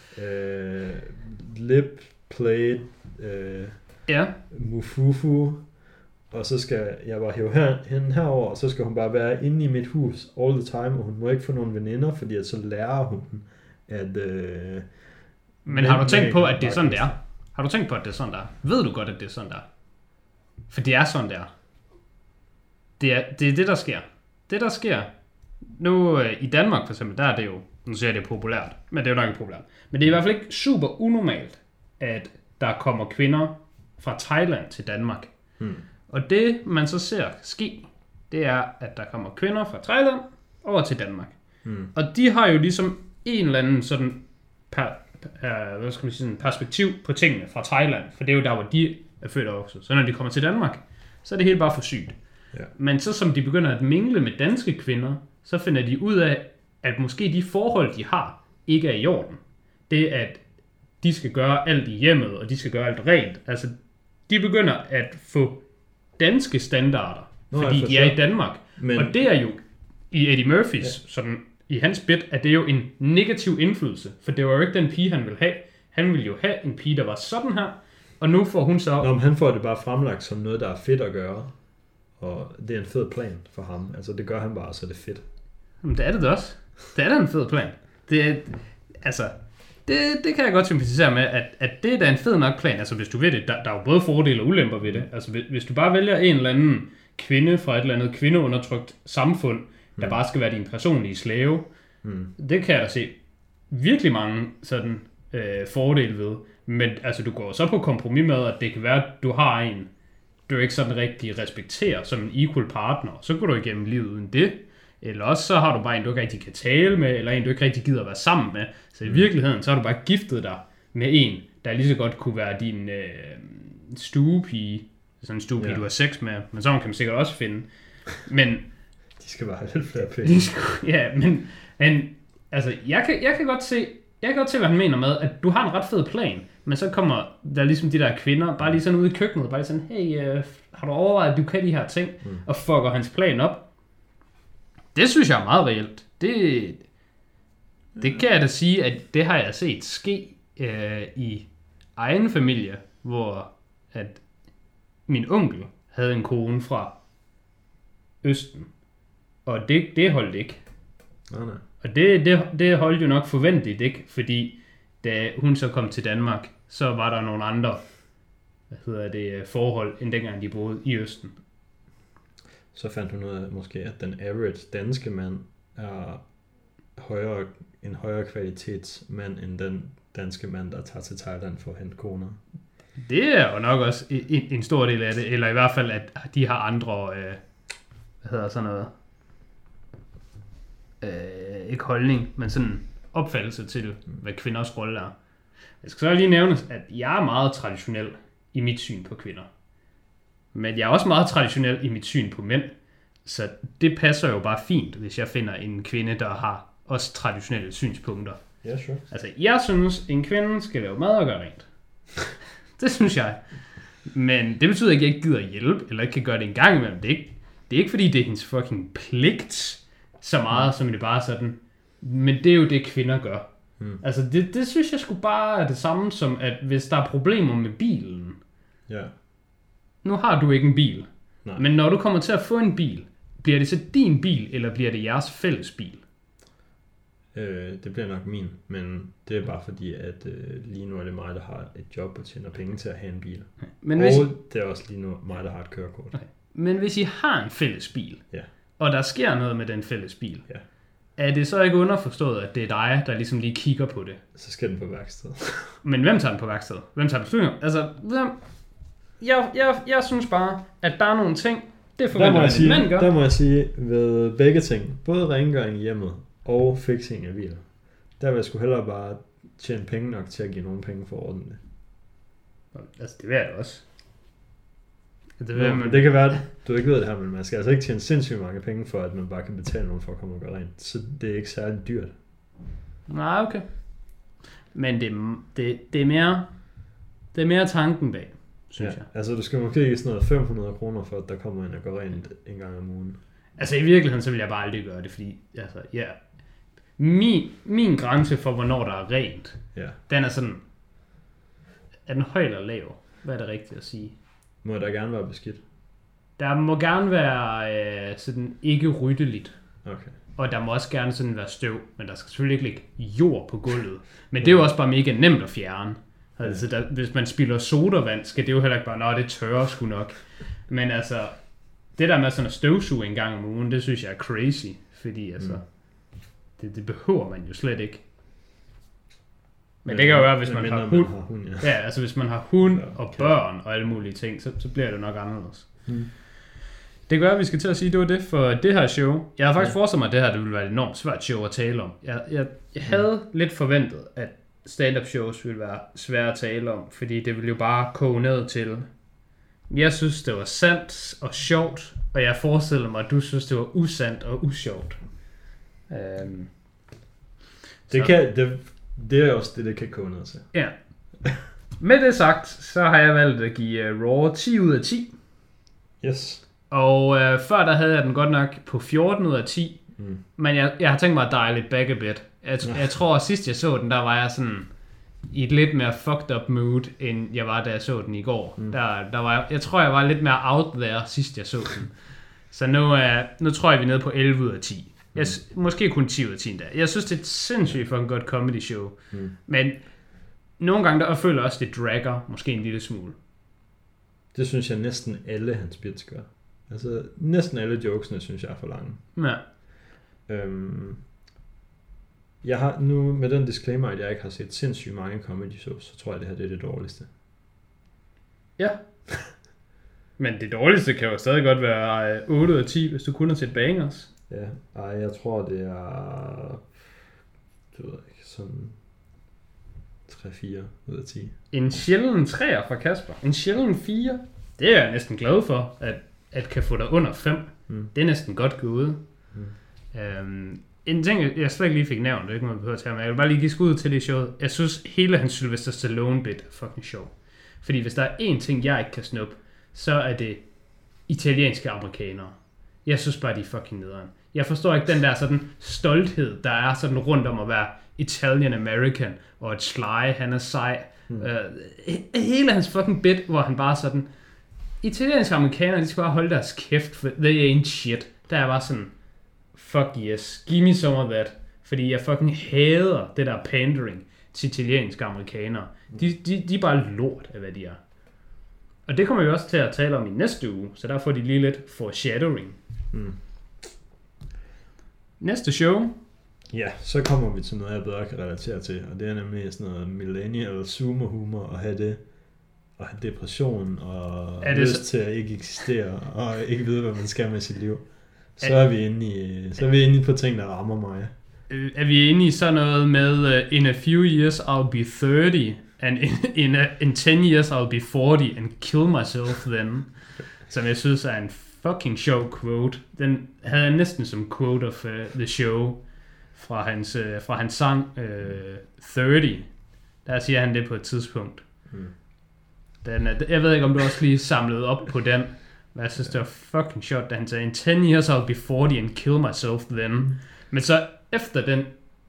lip plate mufufu, og så skal jeg bare hæve hende herover, og så skal hun bare være inde i mit hus all the time, og hun må ikke få nogen veninder, fordi at så lærer hun at men har du tænkt på, at det er sådan, det er? Har du tænkt på, at det er sådan, der? Ved du godt, at det er sådan, der? For det er sådan, der. Det er det, der sker. Det, der sker nu i Danmark for eksempel, der er det jo, nu siger jeg, det er populært, men det er jo nok ikke populært. Men det er i hvert fald ikke super unormalt, at der kommer kvinder fra Thailand til Danmark. Og det, man så ser ske, det er, at der kommer kvinder fra Thailand over til Danmark. Og de har jo ligesom en eller anden sådan perspektiv på tingene fra Thailand, for det er jo der, hvor de er født og vokset. Så når de kommer til Danmark, så er det helt bare for sygt. Ja. Men så som de begynder at mingle med danske kvinder, så finder de ud af, at måske de forhold, de har, ikke er i orden. Det at de skal gøre alt i hjemmet, og de skal gøre alt rent. Altså, de begynder at få danske standarder, fordi de er i Danmark. Men og det er jo i Eddie Murphys, sådan i hans bit, at det er jo en negativ indflydelse, for det var jo ikke den pige, han ville have. Han ville jo have en pige, der var sådan her, og nu får hun så... Nå, men han får det bare fremlagt som noget, der er fedt at gøre, og det er en fed plan for ham. Altså, det gør han bare, så det er fedt. Men det er det også. Det er da en fed plan. Det er, altså, det kan jeg godt sympatisere med, at det er da en fed nok plan. Altså, hvis du ved det, der er jo både fordele og ulemper ved det. Altså, hvis du bare vælger en eller anden kvinde fra et eller andet kvindeundertrykt samfund, der bare skal være din personlige slave, det kan jeg da se virkelig mange sådan fordele ved. Men altså, du går så på kompromis med, at det kan være, at du har en, du ikke sådan rigtig respekterer som en equal partner. Så går du igennem livet uden det. Eller også så har du bare en, du ikke rigtig kan tale med, eller en, du ikke rigtig gider at være sammen med. Så i virkeligheden, så har du bare giftet dig med en, der lige så godt kunne være din stuepige. Sådan en stuepige, du har sex med. Men sådan kan man sikkert også finde. Men de skal bare have lidt flere penge. Ja, men altså, jeg kan godt se, hvad han mener med, at du har en ret fed plan, men så kommer der ligesom de der kvinder, bare lige sådan ude i køkkenet, bare lige sådan, hey, har du overvejet, at du kan de her ting, og fucker hans plan op? Det synes jeg er meget reelt. Det kan jeg da sige, at det har jeg set ske i egen familie, hvor at min onkel havde en kone fra Østen, Og det holdt ikke. Nej. Og det holdt jo nok forventeligt ikke, fordi da hun så kom til Danmark, så var der nogle andre forhold, end dengang de boede i Østen. Så fandt hun ud af måske, at den average danske mand er en højere kvalitetsmand end den danske mand, der tager til Thailand for at hente koner. Det er jo nok også en stor del af det, eller i hvert fald, at de har andre, ikke holdning, men sådan opfattelse til, hvad kvinders rolle er. Jeg skal så lige nævne, at jeg er meget traditionel i mit syn på kvinder. Men jeg er også meget traditionel i mit syn på mænd. Så det passer jo bare fint, hvis jeg finder en kvinde, der har også traditionelle synspunkter. Ja, sure. Altså, jeg synes, en kvinde skal lave mad og gøre rent. Det synes jeg. Men det betyder ikke, at jeg ikke gider hjælpe, eller ikke kan gøre det en gang imellem. Det er ikke fordi, det er hendes fucking pligt, så meget, som det bare sådan. Men det er jo det, kvinder gør. Altså, det synes jeg sgu bare er det samme som, at hvis der er problemer med bilen. Ja. Nu har du ikke en bil. Nej. Men når du kommer til at få en bil, bliver det så din bil, eller bliver det jeres fælles bil? Det bliver nok min, men det er bare fordi, at lige nu er det mig, der har et job og tjener penge til at have en bil. Men det er også lige nu mig, der har et kørekort. Okay. Men hvis I har en fælles bil, og der sker noget med den fælles bil, er det så ikke underforstået, at det er dig, der ligesom lige kigger på det? Så skal den på værksted. Men hvem tager den på værksted? Hvem tager beslutninger? Altså, jeg synes bare, at der er nogle ting, det forventer man, at mænd gør. Der må jeg sige, ved begge ting, både rengøring i hjemmet og fixing af biler, der vil jeg sgu hellere bare tjene penge nok til at give nogle penge for at ordne det. Altså, det vil jeg også. Det kan være, at du ikke ved det her, men man skal altså ikke tjene sindssygt mange penge for, at man bare kan betale nogen for at komme og gøre rent. Så det er ikke særlig dyrt. Nej, okay. Men det er mere tanken bag, synes jeg. Altså du skal måske give sådan noget 500 kroner for, at der kommer en og går rent en gang om ugen. Altså i virkeligheden, så vil jeg bare aldrig gøre det, fordi min grænse for, hvornår der er rent, den er sådan, er den høj eller lav? Hvad er det rigtigt at sige? Må der gerne være beskidt? Der må gerne være sådan ikke ryddeligt. Okay. Og der må også gerne sådan være støv, men der skal selvfølgelig ikke ligge jord på gulvet. Men det er jo også bare mega nemt at fjerne. Altså hvis man spilder sodavand, skal det jo heller ikke bare, det tørrer sgu nok. Men altså, det der med sådan at støvsuge en gang om ugen, det synes jeg er crazy. Fordi altså, det behøver man jo slet ikke. Men det kan jo være, hvis man har hund. Ja, altså hvis man har hund og børn og alle mulige ting, så bliver det nok anderledes. Det gør, at vi skal til at sige, at det var det for det her show. Jeg har faktisk forestillet mig, at det her det ville være et enormt svært show at tale om. Jeg havde lidt forventet, at stand-up shows ville være svære at tale om, fordi det ville jo bare koge ned til. Jeg synes, det var sandt og sjovt, og jeg forestiller mig, at du synes, det var usandt og usjovt. Det er også det kan koge ned til. Ja. Med det sagt, så har jeg valgt at give Raw 10 ud af 10. Yes. Og før der havde jeg den godt nok på 14 ud af 10. Men jeg har tænkt mig at dial lidt back a bit. Jeg tror, at sidst jeg så den, der var jeg sådan i et lidt mere fucked up mood, end jeg var, da jeg så den i går. Der var jeg tror, jeg var lidt mere out there, sidst jeg så den. Så nu tror jeg, vi er nede på 11 ud af 10. Måske kun 10 ud af 10 endda. Jeg synes, det er et sindssygt fucking godt comedy show. Men nogle gange, der føler jeg også, det dragger måske en lille smule. Det synes jeg næsten alle hans bits gør. Altså, næsten alle jokesene, synes jeg er for lange. Ja. Jeg har nu, med den disclaimer, at jeg ikke har set sindssygt mange comedy shows, så tror jeg, det her det er det dårligste. Ja. Men det dårligste kan jo stadig godt være 8 ud af 10, hvis du kun har set bangers. Ja, jeg tror, det er, det ved jeg ikke, sådan 3-4 ud af 10. En sjælden 3'er fra Kasper. En sjælden 4. Det er jeg næsten glad for, at kan få dig under 5. Det er næsten godt gået. En ting, jeg slet ikke lige fik nævnt, det er ikke noget, vi behøver at tage, men jeg vil bare lige give skud til det show. Jeg synes, hele hans Sylvester Stallone-bit er fucking sjov. Fordi hvis der er én ting, jeg ikke kan snuppe, så er det italienske amerikanere. Jeg synes bare, de er fucking nederen. Jeg forstår ikke den der sådan stolthed, der er sådan rundt om at være Italian American, og at Sly, han er sej. Hele hans fucking bit, hvor han bare sådan, italienske amerikanere, de skal bare holde deres kæft, for they ain't shit. Der er bare sådan, fuck yes, give me some of that. Fordi jeg fucking hader det der pandering til italienske amerikanere. De er bare lort af, hvad de er. Og det kommer vi også til at tale om i næste uge, så der får de lige lidt foreshadowing. Næste show. Ja, så kommer vi til noget, jeg bedre kan relatere til, og det er nemlig sådan noget millennial zoomer-humor, og have depression, og lyst til at ikke eksistere, og ikke vide, hvad man skal med sit liv. Så er vi inde på ting, der rammer mig. Er vi inde i sådan noget med, in a few years I'll be 30, and in 10 years I'll be 40, and kill myself then, som jeg synes er en fucking sjov quote. Den havde jeg næsten som quote of the show, fra hans sang 30. Der siger han det på et tidspunkt. Jeg ved ikke, om du også lige samlede op på den, men jeg synes, det var fucking sjovt, da han sagde, in 10 years I'll be 40 and kill myself then. Men så efter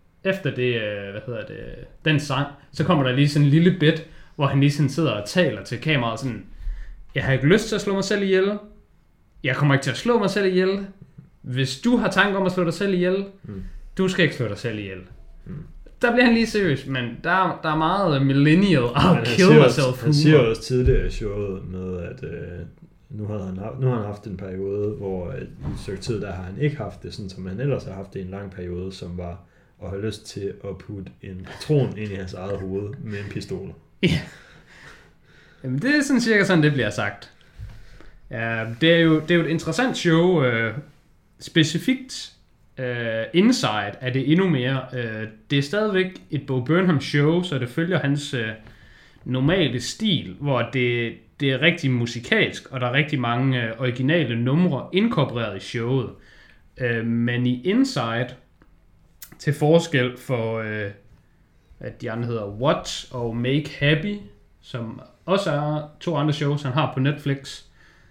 den sang, så kommer der lige sådan en lille bit, hvor han lige sådan sidder og taler til kameraet sådan, jeg har ikke lyst til at slå mig selv ihjel. Jeg kommer ikke til at slå mig selv ihjel. Hvis du har tanker om at slå dig selv ihjel, du skal ikke slå dig selv ihjel. Der bliver han lige seriøs, men der er meget millennial, kill myself. Han siger også tidligere i showet med, at nu har han haft en periode, hvor i et stykke tid, der har han ikke haft det, sådan som han ellers har haft det i en lang periode, som var at have lyst til at putte en patron ind i hans eget hoved med en pistol. Ja. Jamen det er sådan cirka sådan, det bliver sagt. Ja, det er jo et interessant show. Specifikt Inside er det endnu mere. Det er stadigvæk et Bo Burnham show, så det følger hans normale stil, hvor det er rigtig musikalsk, og der er rigtig mange originale numre inkorporeret i showet. Men i Inside, til forskel for at de andre hedder What og Make Happy, som også er 2 andre shows, han har på Netflix,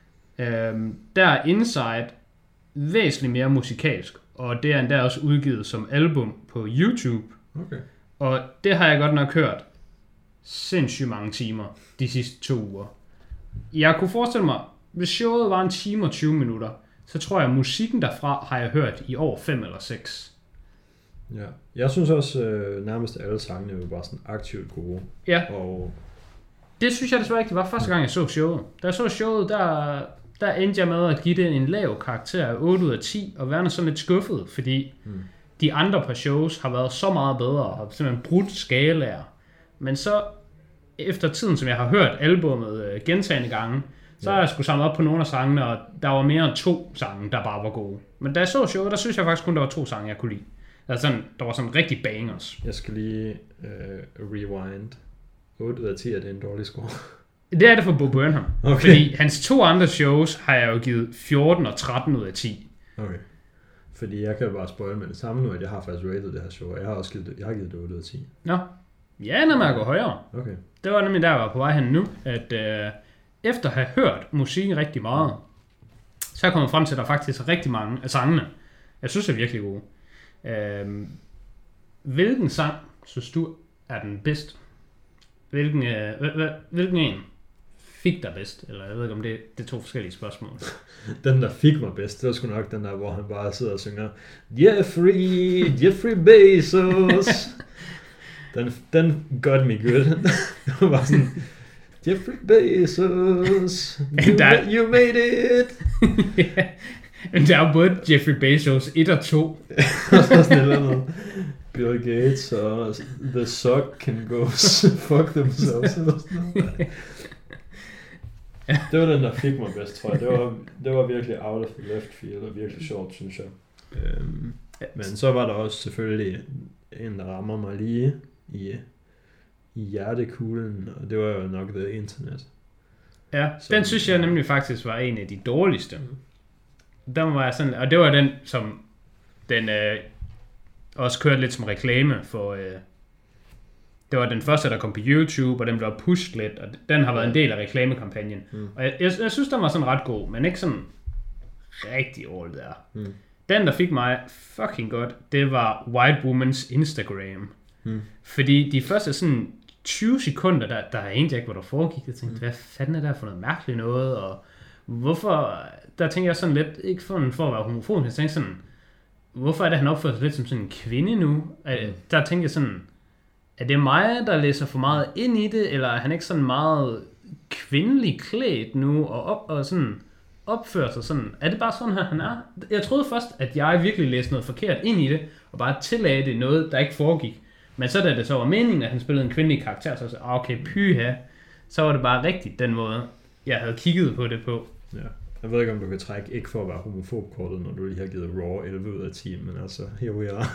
der er Inside væsentligt mere musikalsk, og det er endda også udgivet som album på YouTube. Okay. Og det har jeg godt nok hørt sindssygt mange timer de sidste 2 uger. Jeg kunne forestille mig, hvis showet var 1 time og 20 minutter, så tror jeg, at musikken derfra har jeg hørt i over 5 eller 6. Ja, jeg synes også nærmest alle sangene var bare sådan aktivt gode. Ja, og det synes jeg desværre ikke, det var første gang, jeg så showet. Da jeg så showet, der endte jeg med at give det en lav karakter af 8 ud af 10, og være sådan lidt skuffet, fordi de andre par shows har været så meget bedre, og har simpelthen brudt skalaer. Men så, efter tiden, som jeg har hørt albummet gentagne gange, så har jeg sgu samlet op på nogle af sangene, og der var mere end 2 sange, der bare var gode. Men da jeg så showet, der synes jeg faktisk kun, der var 2 sange, jeg kunne lide. Der var sådan rigtig bangers. Jeg skal lige rewind. 8 ud af 10 er det en dårlig score. Det er det for Bo Burnham. Okay. Fordi hans 2 andre shows har jeg jo givet 14 og 13 ud af 10. Okay. Fordi jeg kan jo bare spoil med det samme nu, at jeg har faktisk rated det her show, og jeg har også givet det 8 ud af 10. Nå. Ja, når man går højere. Okay. Det var nemlig der, jeg var på vej hen nu, at efter at have hørt musikken rigtig meget, så er jeg kommet frem til, at der faktisk er rigtig mange af sangene, jeg synes er virkelig gode. Hvilken sang synes du er den bedste? Hvilken en fik dig bedst? Eller jeg ved ikke, om det er 2 forskellige spørgsmål. Den, der fik mig bedst, det var sgu nok den der, hvor han bare sidder og synger Jeffrey Bezos. den got me good. Det var bare sådan, Jeffrey Bezos, you made it. Ja. Men der er jo både Jeffrey Bezos 1 og 2. Og så sådan et eller andet. Bill Gates og The Sock can go fuck themselves. Det var den, der fik mig bedst, tror jeg. Det var virkelig out of the left field og virkelig sjovt, synes jeg. Men så var der også selvfølgelig en, der rammer mig lige i hjertekuglen, og det var jo nok The Internet. Ja, den synes jeg nemlig faktisk var en af de dårligste. Den var sådan, og det var den, som den også kørte lidt som reklame for. Det var den første, der kom på YouTube, og den blev pushet lidt, og den har været en del af reklamekampagnen. Og jeg synes, den var sådan ret god, men ikke sådan rigtig all der. Den, der fik mig fucking godt, det var White Woman's Instagram. Fordi de første sådan 20 sekunder, der egentlig ikke, hvor der foregik, jeg tænkte, hvad fanden er der for noget mærkeligt noget, og hvorfor, der tænkte jeg sådan lidt, ikke for at være homofob, jeg tænkte sådan, hvorfor er det, han opfører sig lidt som sådan en kvinde nu? Der tænker jeg sådan, er det mig, der læser for meget ind i det, eller er han ikke sådan meget kvindelig klædt nu, og sådan opfører sig sådan? Er det bare sådan her, han er? Jeg troede først, at jeg virkelig læste noget forkert ind i det, og bare tillagde det noget, der ikke foregik. Men så da det så var meningen, at han spillede en kvindelig karakter, så okay, pyha, så var det bare rigtigt den måde, jeg havde kigget på det på. Ja. Jeg ved ikke, om du kan trække ikke for at være homofobkortet, når du lige har givet Raw 11 ud af 10, men altså, here we are.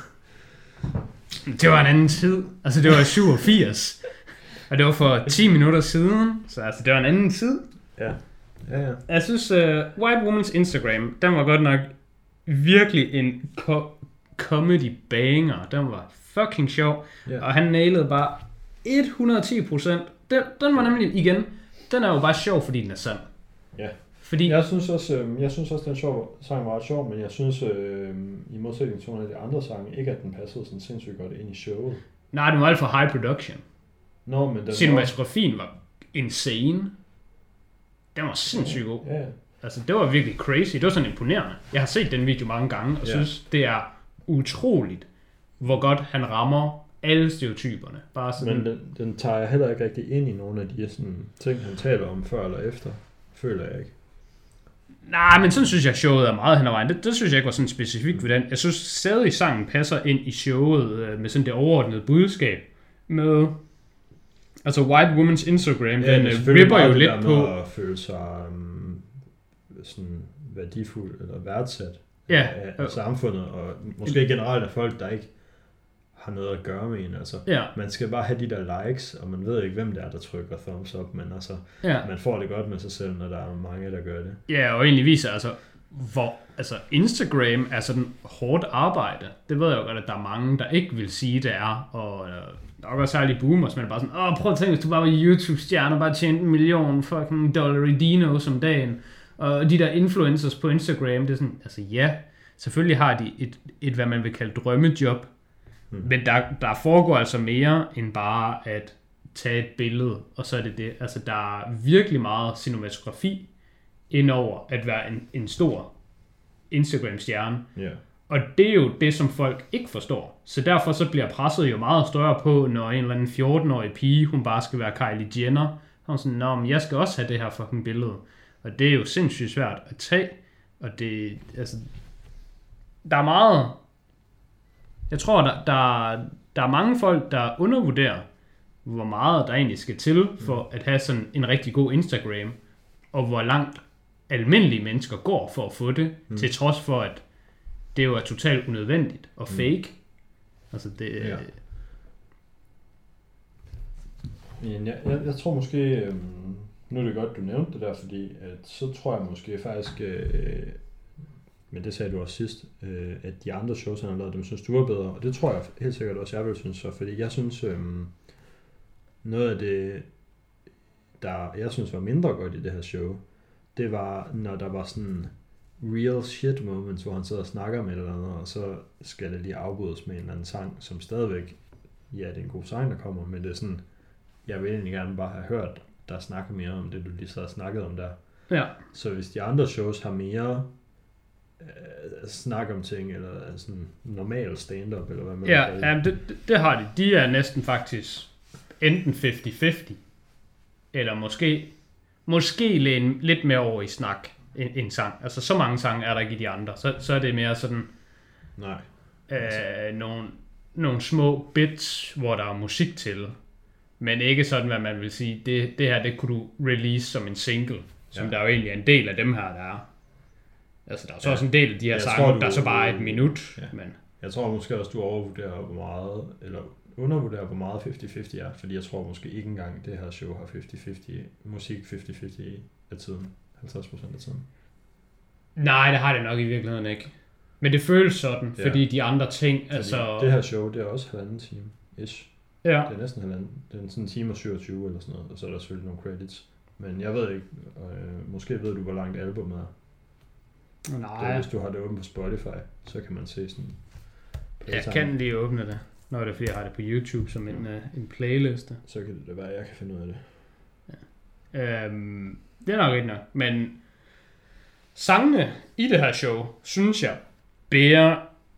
Det var en anden tid. Altså, det var 87. Og det var for 10 minutter siden, så altså, det var en anden tid. Ja. Jeg synes, White Woman's Instagram, den var godt nok virkelig en comedy banger. Den var fucking sjov, og han nailede bare 110%. Den var nemlig, igen, den er jo bare sjov, fordi den er sand. Ja. Fordi jeg synes også, den sang var ret sjov, men jeg synes, i modsætning til nogle af de andre sange, ikke at den passede sådan sindssygt godt ind i showet. Nej, den var alt for high production. Nå, men cinematografien var insane. Den var sindssygt god. Ja. Altså, det var virkelig crazy. Det var sådan imponerende. Jeg har set den video mange gange, og synes, det er utroligt, hvor godt han rammer alle stereotyperne. Bare sådan. Men den tager jeg heller ikke rigtig ind i nogle af de sådan, ting, han taler om før eller efter. Føler jeg ikke. Nej, men sådan synes jeg, showet er meget hen ad vejen. Det synes jeg ikke var sådan specifikt ved den. Jeg synes stadig, sangen passer ind i showet med sådan det overordnede budskab. Med altså White Woman's Instagram, ja, den ripper jo lidt på at føle sig sådan værdifuld eller værdsat af samfundet, og måske generelt af folk, der ikke har noget at gøre med en. Altså, man skal bare have de der likes, og man ved ikke, hvem det er, der trykker thumbs up, men altså, man får det godt med sig selv, når der er mange, der gør det. Ja, og egentlig viser altså, hvor Instagram er sådan hårdt arbejde. Det ved jeg jo godt, at der er mange, der ikke vil sige, det er, og der er også særligt boomers, men bare sådan, prøv at tænke, hvis du bare var YouTube-stjerne og bare tjente $1 million fucking $dinos om dagen, og de der influencers på Instagram, det er sådan, altså ja, selvfølgelig har de et hvad man vil kalde drømmejob, men der foregår altså mere end bare at tage et billede, og så er det det. Altså der er virkelig meget cinematografi indover at være en stor Instagram-stjerne. Yeah. Og det er jo det, som folk ikke forstår. Så derfor så bliver presset jo meget større på, når en eller anden 14-årig pige, hun bare skal være Kylie Jenner. Og hun sådan, men jeg skal også have det her fucking billede. Og det er jo sindssygt svært at tage. Og det, altså, der er meget. Jeg tror, der er mange folk, der undervurderer, hvor meget der egentlig skal til for at have sådan en rigtig god Instagram, og hvor langt almindelige mennesker går for at få det, til trods for, at det jo er totalt unødvendigt og fake. Altså det. Ja. Jeg tror måske, nu er det godt, du nævnte det der, fordi at så tror jeg måske faktisk, men det sagde du også sidst, at de andre shows, han har lavet, dem synes du var bedre, og det tror jeg helt sikkert også, jeg vil synes så, fordi jeg synes, noget af det, der jeg synes var mindre godt i det her show, det var, når der var sådan real shit moments, hvor han sidder og snakker med et eller andet, og så skal det lige afbrydes med en eller anden sang, som stadigvæk, ja, det er en god sang, der kommer, men det er sådan, jeg vil egentlig gerne bare have hørt, der snakker mere om det, du lige så har snakket om der. Ja. Så hvis de andre shows har mere snak om ting, eller sådan normal stand-up, eller hvad man kan kalde det. Ja, det har de. De er næsten faktisk enten 50-50, eller måske lidt mere over i snak end sang. Altså så mange sange er der ikke i de andre. Så er det mere sådan nogle små bits, hvor der er musik til, men ikke sådan, hvad man vil sige, det her, det kunne du release som en single, som der jo egentlig er en del af dem her, der er. Altså der er så også en del af de her sange, der er så bare et minut. Ja. Men jeg tror måske også, du overvurderer hvor meget, eller undervurderer hvor meget 50-50 er, fordi jeg tror måske ikke engang det her show har 50-50, musik 50-50 af tiden, 50% af tiden. Nej, det har det nok i virkeligheden ikke. Men det føles sådan, fordi de andre ting, fordi altså det her show, det er også 1,5 time ish. Ja. Det er næsten 1,5. Det er sådan en time og 27 eller sådan noget, og så er der selvfølgelig nogle credits. Men jeg ved ikke, måske ved du, hvor langt albumet er. Nej. Det, hvis du har det åbent på Spotify, så kan man se sådan. Jeg kan lige åbne det, når det er, fordi jeg har det på YouTube som en playliste. Så kan det være, at jeg kan finde ud af det. Ja. Det er nok rigtig nok, men sangene i det her show, synes jeg, bærer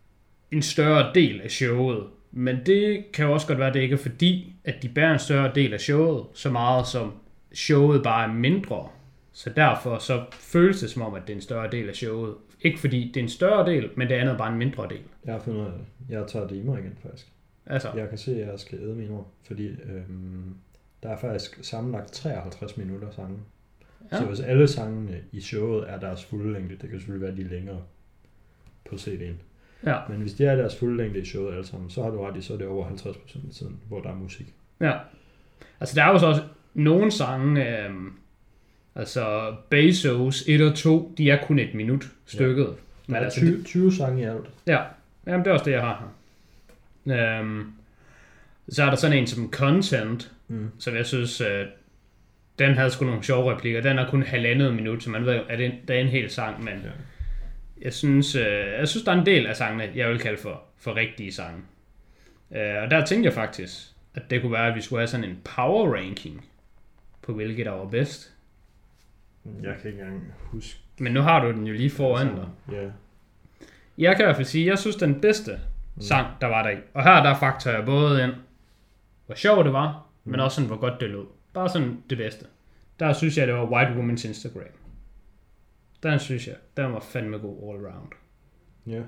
en større del af showet. Men det kan jo også godt være, at det ikke er fordi, at de bærer en større del af showet, så meget som showet bare er mindre. Så derfor så føles det som om, at det er en større del af showet. Ikke fordi det er en større del, men det andet er bare en mindre del. Jeg har fundet ud af det. Jeg tager det i mig igen, faktisk. Altså. Jeg kan se, at jeg skal æde mine ord, fordi der er faktisk sammenlagt 53 minutter sange. Ja. Så hvis alle sangene i showet er deres fulde længde, det kan selvfølgelig være, de er længere på CD'en. Ja. Men hvis de er deres fulde længde i showet alle sammen, så har du ret i, så er det over 50% af tiden, hvor der er musik. Ja. Altså der er jo så også nogle sange, altså Bezos 1 og 2, de er kun 1 minut stykket. Ja. Men der er altså, 20 sange i alt. Ja, jamen, det er også det, jeg har her. Så er der sådan en som Content, som jeg synes, den havde sgu nogle sjove replikker. Den er kun 1,5 minut, så man ved, at det er en hel sang, men jeg synes, der er en del af sangene, jeg vil kalde for rigtige sange. Og der tænkte jeg faktisk, at det kunne være, at vi skulle have sådan en power ranking på hvilket der var bedst. Jeg kan ikke engang huske. Men nu har du den jo lige foran dig. Ja. Jeg kan i hvert fald sige, at jeg synes, den bedste sang, der var der i. Og her der faktorer jeg både ind, hvor sjovt det var, men også sådan, hvor godt det lød. Bare sådan det bedste. Der synes jeg, det var White Woman's Instagram. Den synes jeg, den var fandme god all around. Ja.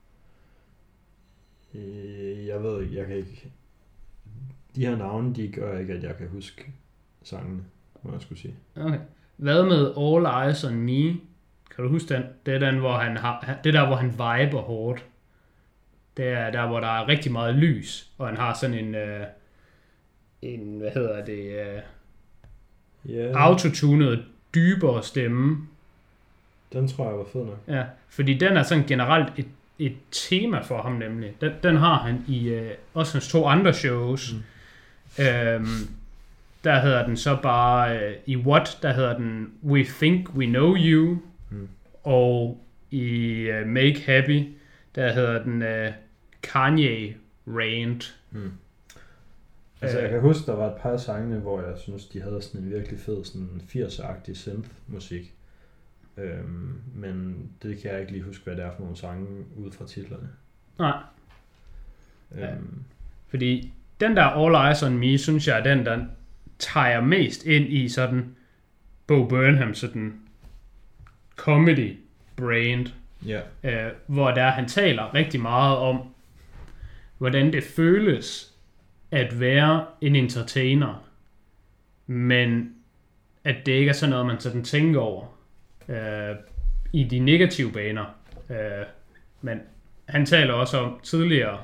Jeg ved ikke, jeg kan ikke. De her navne, de gør ikke, at jeg kan huske sangene, må jeg skulle sige. Okay. Hvad med All Eyes on Me? Kan du huske den? Det er den, hvor hvor han viber hårdt. Det er der, hvor der er rigtig meget lys, og han har sådan en hvad hedder det, autotunet, dybere stemme. Den tror jeg var fed nok. Ja, fordi den er sådan generelt et tema for ham nemlig. Den har han i også hans 2 andre shows. Der hedder den så bare, i What, der hedder den We Think We Know You. Og i Make Happy, der hedder den Kanye Rant. Altså jeg kan huske, der var et par sange, hvor jeg synes, de havde sådan en virkelig fed, sådan 80'er-agtig synth-musik. Men det kan jeg ikke lige huske, hvad det er for nogle sange ud fra titlerne. Nej. Fordi den der All Eyes on Me, synes jeg er den, der tager mest ind i sådan Bo Burnham, sådan comedy brand. Hvor der han taler rigtig meget om, hvordan det føles at være en entertainer, men at det ikke er sådan noget, man sådan tænker over i de negative baner. Men han taler også om tidligere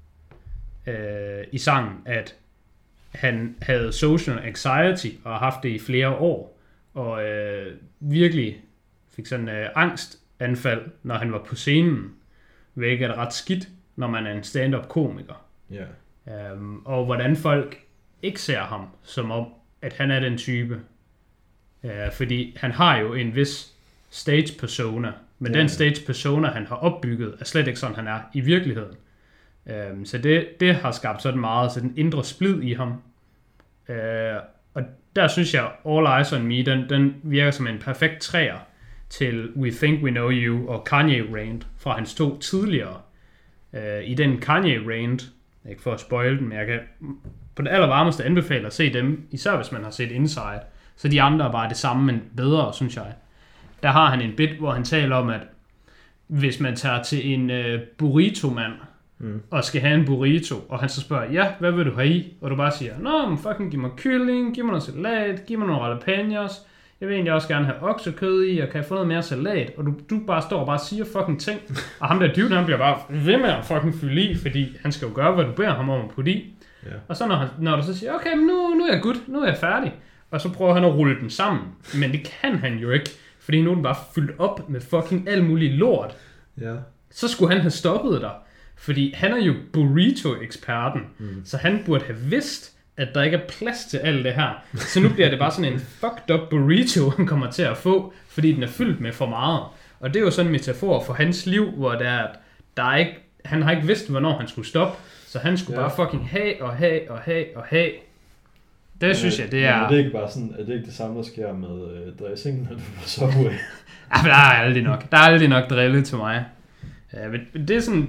i sangen, at han havde social anxiety og har haft det i flere år, og virkelig fik sådan angstanfald, når han var på scenen, hvilket er ret skidt, når man er en stand-up komiker. Og hvordan folk ikke ser ham som om, at han er den type. Fordi han har jo en vis stage persona, men den stage persona, han har opbygget, er slet ikke sådan, han er i virkeligheden. Så det har skabt sådan meget sådan indre splid i ham. Og der synes jeg, All Eyes on Me, den virker som en perfekt træer til We Think We Know You og Kanye Rant fra hans 2 tidligere. I den Kanye Rant, ikke for at spoil den, men jeg kan på det allervarmeste anbefale at se dem, især hvis man har set Inside. Så de andre er bare det samme, men bedre, synes jeg. Der har han en bit, hvor han taler om, at hvis man tager til en burrito-mand, og skal have en burrito, og han så spørger, ja, hvad vil du have i? Og du bare siger, nå, men fucking giv mig kylling, giv mig noget salat, giv mig nogle jalapenos, jeg vil egentlig også gerne have oksekød i, og kan jeg få noget mere salat? Og du bare står og bare siger fucking ting, og ham der dybt, han bliver bare ved med at fucking fylde i, fordi han skal jo gøre, hvad du beder ham om at putte i. Og så når du så siger, okay, men nu er jeg good, nu er jeg færdig, og så prøver han at rulle den sammen, men det kan han jo ikke, fordi nu er den bare fyldt op med fucking alt muligt lort. Så skulle han have stoppet dig. Fordi han er jo burrito-eksperten, så han burde have vidst, at der ikke er plads til alt det her. Så nu bliver det bare sådan en fucked up burrito, han kommer til at få, fordi den er fyldt med for meget. Og det er jo sådan en metafor for hans liv, hvor det er, at han har ikke vidst, hvornår han skulle stoppe, så han skulle bare fucking have. Det synes jeg, det er... Men er det ikke bare sådan, er det ikke det samme, der sker med dressing, når du får Subway? Der er aldrig nok drille til mig. Det er sådan...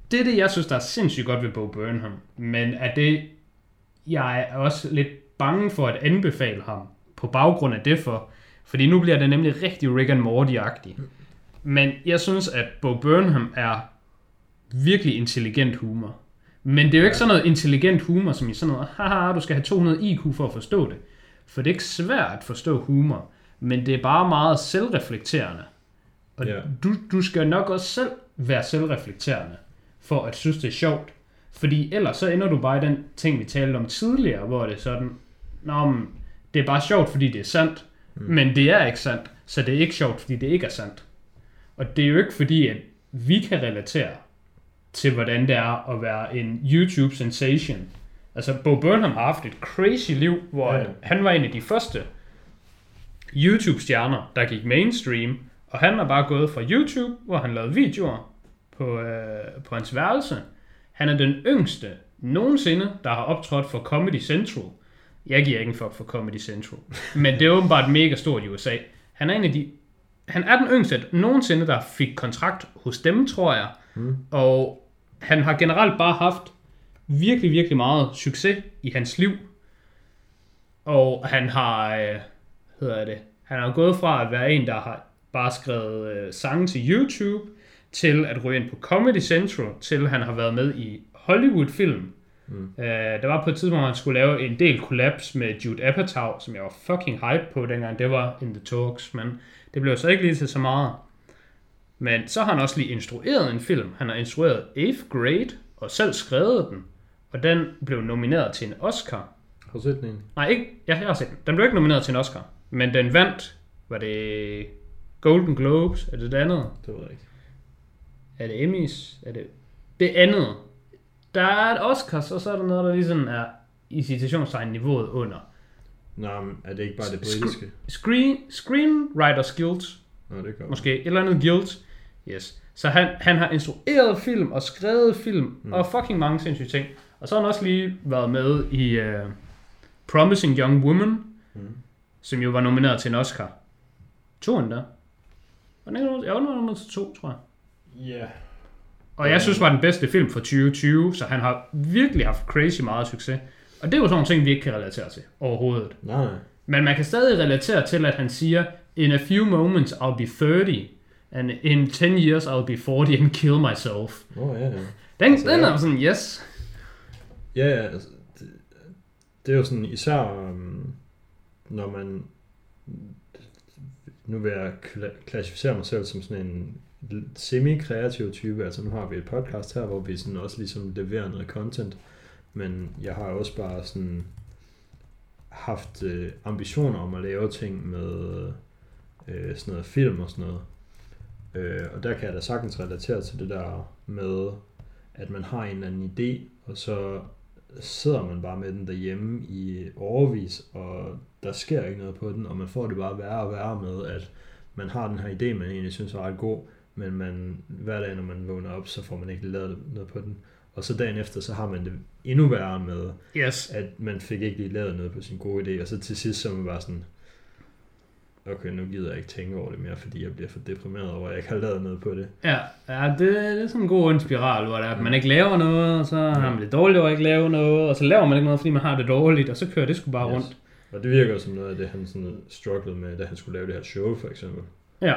det er det, jeg synes, der er sindssygt godt ved Bo Burnham. Men er det, jeg er også lidt bange for at anbefale ham på baggrund af det fordi nu bliver det nemlig rigtig Rick and Morty-agtigt. Men jeg synes, at Bo Burnham er virkelig intelligent humor. Men det er jo ikke sådan noget intelligent humor, som i sådan noget, haha, du skal have 200 IQ for at forstå det. For det er ikke svært at forstå humor, men det er bare meget selvreflekterende. Og du skal nok også selv være selvreflekterende, for at synes, det er sjovt. Fordi ellers så ender du bare i den ting, vi talte om tidligere, hvor det er sådan, det er bare sjovt, fordi det er sandt, men det er ikke sandt, så det er ikke sjovt, fordi det ikke er sandt. Og det er jo ikke fordi, at vi kan relatere til, hvordan det er at være en YouTube-sensation. Altså, Bo Burnham har haft et crazy liv, hvor han var en af de første YouTube-stjerner, der gik mainstream, og han er bare gået fra YouTube, hvor han lavede videoer på hans værelse. Han er den yngste nogensinde, der har optrådt for Comedy Central. Jeg giver ikke en fuck for Comedy Central, men det er åbenbart mega stort i USA. Han er den yngste nogensinde, der fik kontrakt hos dem, tror jeg. Og han har generelt bare haft virkelig, virkelig meget succes i hans liv. Og han har, han har gået fra at være en, der har bare skrevet sange til YouTube, til at ryge ind på Comedy Central, til han har været med i Hollywood-film. Der var på et tidspunkt, hvor han skulle lave en del collabs med Judd Apatow, som jeg var fucking hype på dengang. Det var in the talks, men det blev så ikke lige til så meget. Men så har han også lige instrueret en film. Han har instrueret 8th Grade, og selv skrevet den. Og den blev nomineret til en Oscar. Har du set den? Nej, ikke. Ja, jeg har set den. Den blev ikke nomineret til en Oscar. Men den vandt. Var det Golden Globes? Er det det andet? Det ved jeg ikke. Er det Emmys? Er det andet? Der er et Oscars, og så er der noget, der ligesom er i citationstegn niveauet under. Nå, men er det ikke bare det britiske? Screenwriters Guild. Nå, det gør måske et eller andet guild. Yes. Så han har instrueret film og skrevet film og fucking mange sindssyge ting. Og så har han også lige været med i Promising Young Woman, som jo var nomineret til en Oscar. 2 endda. Jeg var nomineret til 2, tror jeg. Ja. Yeah. Og jeg synes var den bedste film for 2020, så han har virkelig haft crazy meget succes. Og det er jo sådan nogle ting, vi ikke kan relatere til overhovedet. Nej. Men man kan stadig relatere til, at han siger, in a few moments I'll be 30, and in 10 years I'll be 40 and kill myself. Ja. Den er sådan, yes. Ja, altså, det er jo sådan, især når man, nu vil jeg klassificere mig selv som sådan en semi-kreativ type, altså nu har vi et podcast her, hvor vi sådan også ligesom leverer noget content, men jeg har også bare sådan haft ambitioner om at lave ting med sådan noget film og sådan noget, og der kan jeg da sagtens relatere til det der med, at man har en eller anden idé, og så sidder man bare med den derhjemme i årevis, og der sker ikke noget på den, og man får det bare værre og værre med, at man har den her idé, man egentlig synes er ret god, men hver dag, når man vågner op, så får man ikke lavet noget på den. Og så dagen efter, så har man det endnu værre med, at man fik ikke lige lavet noget på sin gode idé, og så til sidst, så er man bare sådan, okay, nu gider jeg ikke tænke over det mere, fordi jeg bliver for deprimeret over, at jeg ikke har lavet noget på det. Ja, det er sådan en god spiral, hvor der, man ikke laver noget, og så har man det dårligt over at ikke lave noget, og så laver man ikke noget, fordi man har det dårligt, og så kører det sgu bare rundt. Og det virker som noget af det, han sådan strugglede med, da han skulle lave det her show, for eksempel. Ja.